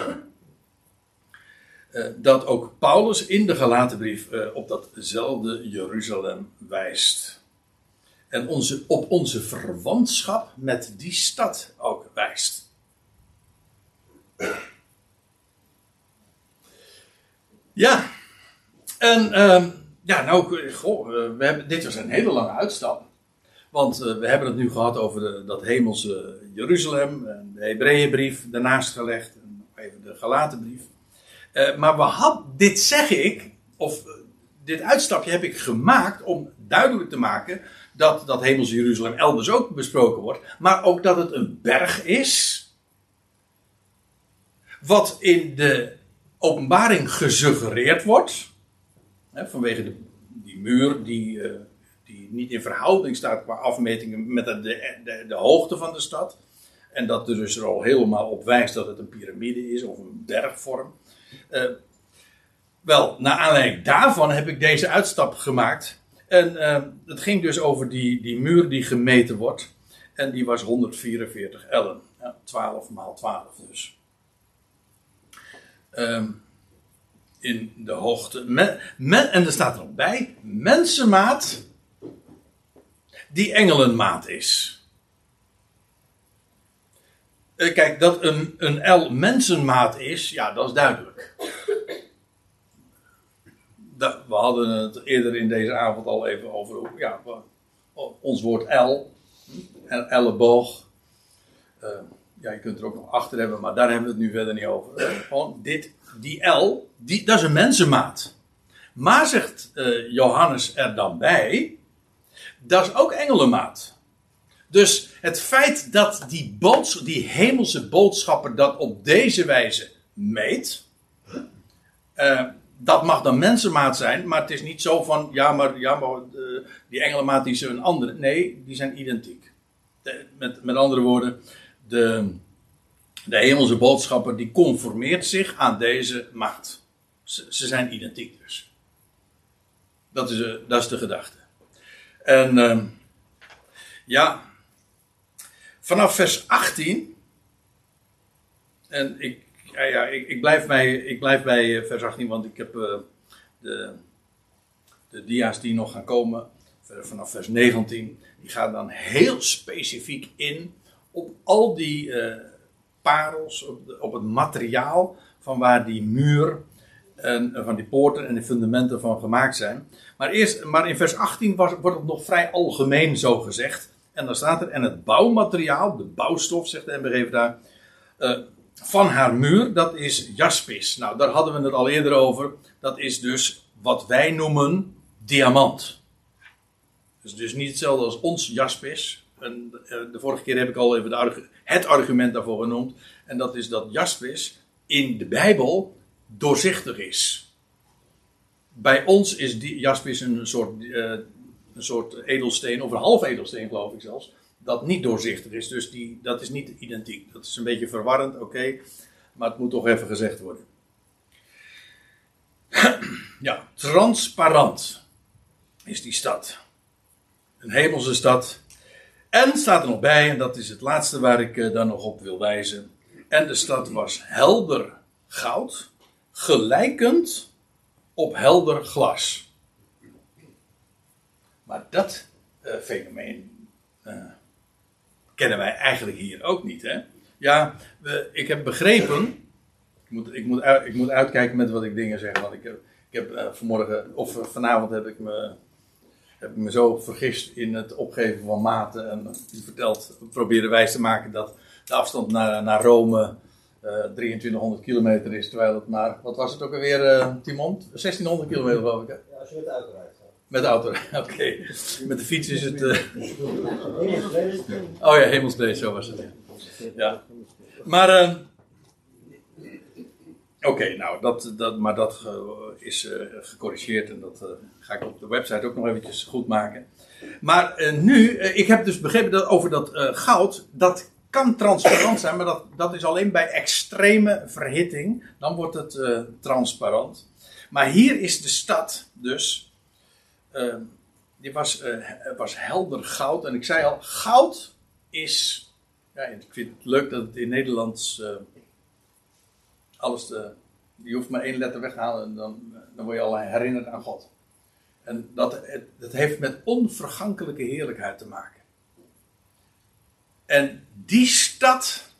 dat ook Paulus in de Galatenbrief op datzelfde Jeruzalem wijst. En op onze verwantschap met die stad ook wijst. Ja. En dit was een hele lange uitstap. Want we hebben het nu gehad over dat hemelse Jeruzalem. En de Hebreeënbrief daarnaast gelegd. En nog even de Galatenbrief. Maar dit uitstapje heb ik gemaakt om duidelijk te maken dat hemelse Jeruzalem elders ook besproken wordt. Maar ook dat het een berg is. Wat in de openbaring gesuggereerd wordt. Vanwege die muur die niet in verhouding staat qua afmetingen met de hoogte van de stad. En dat er dus al helemaal op wijst dat het een piramide is of een bergvorm. Naar aanleiding daarvan heb ik deze uitstap gemaakt. En het ging dus over die muur die gemeten wordt. En die was 144 ellen. Ja, 12 maal 12 dus. In de hoogte. En er staat er nog bij. Mensenmaat. Die engelenmaat is. Kijk, dat een L mensenmaat is. Ja, dat is duidelijk. We hadden het eerder in deze avond al even over. Ja, ons woord L. Elleboog. Ja, je kunt er ook nog achter hebben, maar daar hebben we het nu verder niet over. Gewoon die L, dat is een mensenmaat. Maar zegt Johannes er dan bij, dat is ook engelenmaat. Dus het feit dat die hemelse boodschapper dat op deze wijze meet, dat mag dan mensenmaat zijn, maar het is niet zo van, die engelenmaat die is een andere. Nee, die zijn identiek. Met andere woorden, De hemelse boodschapper die conformeert zich aan deze macht. Ze zijn identiek dus. Dat is de gedachte. En ja, vanaf vers 18. En ik blijf bij vers 18, want ik heb de dia's die nog gaan komen, vanaf vers 19, die gaan dan heel specifiek in op al die parels, op het materiaal van waar die muur en van die poorten en de fundamenten van gemaakt zijn. Maar in vers 18 wordt het nog vrij algemeen zo gezegd. En dan staat er, en het bouwmateriaal, de bouwstof, zegt de MBG daar, van haar muur, dat is jaspis. Nou, daar hadden we het al eerder over. Dat is dus wat wij noemen diamant. Dus niet hetzelfde als ons jaspis. En de vorige keer heb ik al even het argument daarvoor genoemd. En dat is dat jaspis in de Bijbel doorzichtig is. Bij ons is jaspis een soort edelsteen, of een half edelsteen geloof ik zelfs, dat niet doorzichtig is. Dus dat is niet identiek. Dat is een beetje verwarrend, oké, maar het moet toch even gezegd worden. Ja, transparant is die stad. Een hemelse stad. En staat er nog bij, en dat is het laatste waar ik dan nog op wil wijzen. En de stad was helder goud, gelijkend op helder glas. Maar dat fenomeen kennen wij eigenlijk hier ook niet, hè? Ja, ik heb begrepen. Ik moet uitkijken met wat ik dingen zeg, want ik heb vanavond heb ik me zo vergist in het opgeven van maten en probeerde wijs te maken dat de afstand naar Rome 2300 kilometer is, terwijl het maar, wat was het ook alweer, Timon? 1600 kilometer geloof ik, hè? Ja, als je met de auto rijdt. Met de auto, oké. Met de fiets is het... Hemelsbreed. Oh ja, hemelsbreed, zo was het. Ja. Maar... Oké, nou, dat is gecorrigeerd en dat ga ik op de website ook nog eventjes goed maken. Maar nu, ik heb dus begrepen dat over dat goud, dat kan transparant zijn, maar dat is alleen bij extreme verhitting. Dan wordt het transparant. Maar hier is de stad dus, die was helder goud. En ik zei al, goud is, ja, ik vind het leuk dat het in Nederlands... je hoeft maar 1 letter weg te halen en dan word je al herinnerd aan God. En dat heeft met onvergankelijke heerlijkheid te maken. En die stad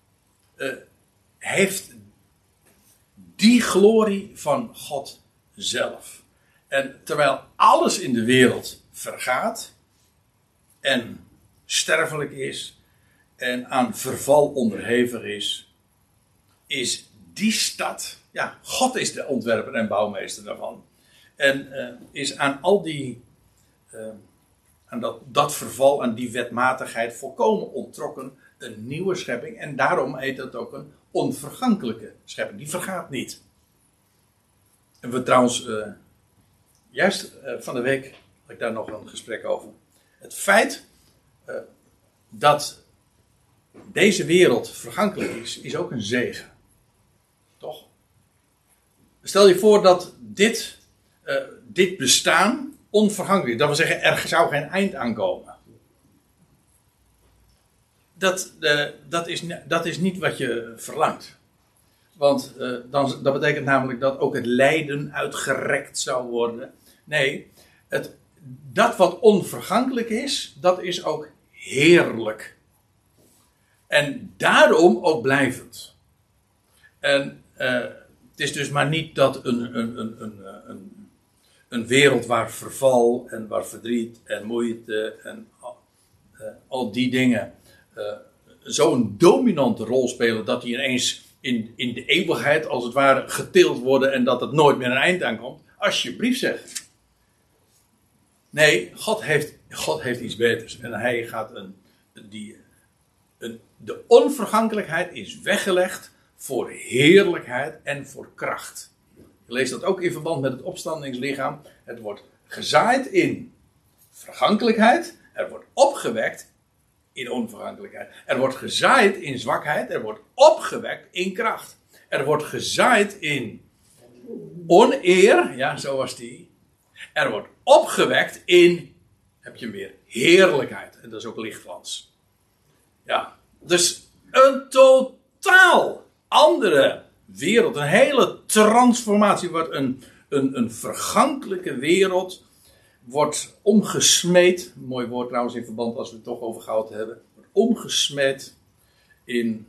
heeft die glorie van God zelf. En terwijl alles in de wereld vergaat en sterfelijk is en aan verval onderhevig is die stad, ja, God is de ontwerper en bouwmeester daarvan. En is aan al die, aan dat verval, aan die wetmatigheid volkomen onttrokken, een nieuwe schepping. En daarom heet het ook een onvergankelijke schepping. Die vergaat niet. En we trouwens, juist van de week had ik daar nog een gesprek over. Het feit dat deze wereld vergankelijk is ook een zegen. Toch? Stel je voor dat dit bestaan onvergankelijk is. Dat wil zeggen, er zou geen eind aankomen. Dat is niet wat je verlangt. Want dat betekent namelijk dat ook het lijden uitgerekt zou worden. Nee, dat wat onvergankelijk is, dat is ook heerlijk. En daarom ook blijvend. En het is dus maar niet dat een wereld waar verval en waar verdriet en moeite en al die dingen zo'n dominante rol spelen dat die ineens in de eeuwigheid als het ware geteeld worden en dat het nooit meer een eind aankomt. Alsjeblieft zeg. Nee, God heeft iets beters. En hij gaat de onvergankelijkheid is weggelegd voor heerlijkheid en voor kracht. Je leest dat ook in verband met het opstandingslichaam. Het wordt gezaaid in vergankelijkheid. Er wordt opgewekt in onvergankelijkheid. Er wordt gezaaid in zwakheid. Er wordt opgewekt in kracht. Er wordt gezaaid in oneer. Ja, zo was die. Er wordt opgewekt in, heb je hem weer, heerlijkheid. En dat is ook lichtglans. Ja, dus een totaal andere wereld. Een hele transformatie. Wordt een vergankelijke wereld wordt omgesmeed. Mooi woord trouwens in verband als we het toch over goud hebben. Wordt omgesmeed in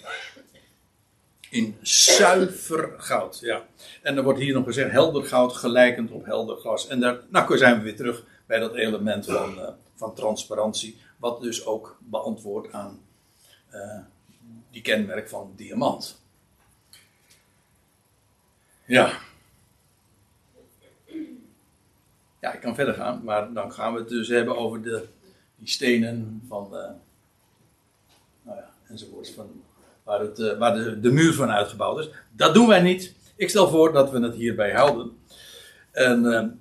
zuiver goud. Ja. En dan wordt hier nog gezegd helder goud gelijkend op helder glas. En daar zijn we weer terug bij dat element van transparantie. Wat dus ook beantwoordt aan die kenmerk van diamant. Ja. Ja, ik kan verder gaan, maar dan gaan we het dus hebben over die stenen van, nou ja, enzovoorts, van waar de muur van uitgebouwd is. Dat doen wij niet. Ik stel voor dat we het hierbij houden. En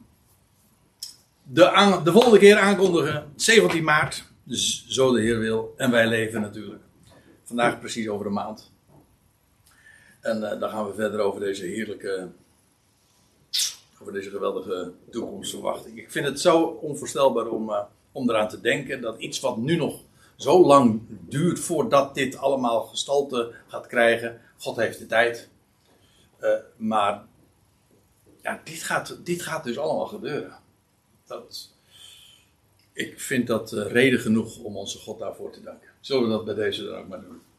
de volgende keer aankondigen, 17 maart, dus zo de Heer wil. En wij leven natuurlijk. Vandaag precies over een maand. En dan gaan we verder over deze geweldige toekomstverwachting. Ik vind het zo onvoorstelbaar om eraan te denken dat iets wat nu nog zo lang duurt voordat dit allemaal gestalte gaat krijgen. God heeft de tijd. Maar ja, dit gaat dus allemaal gebeuren. Ik vind dat reden genoeg om onze God daarvoor te danken. Zullen we dat bij deze dan ook maar doen?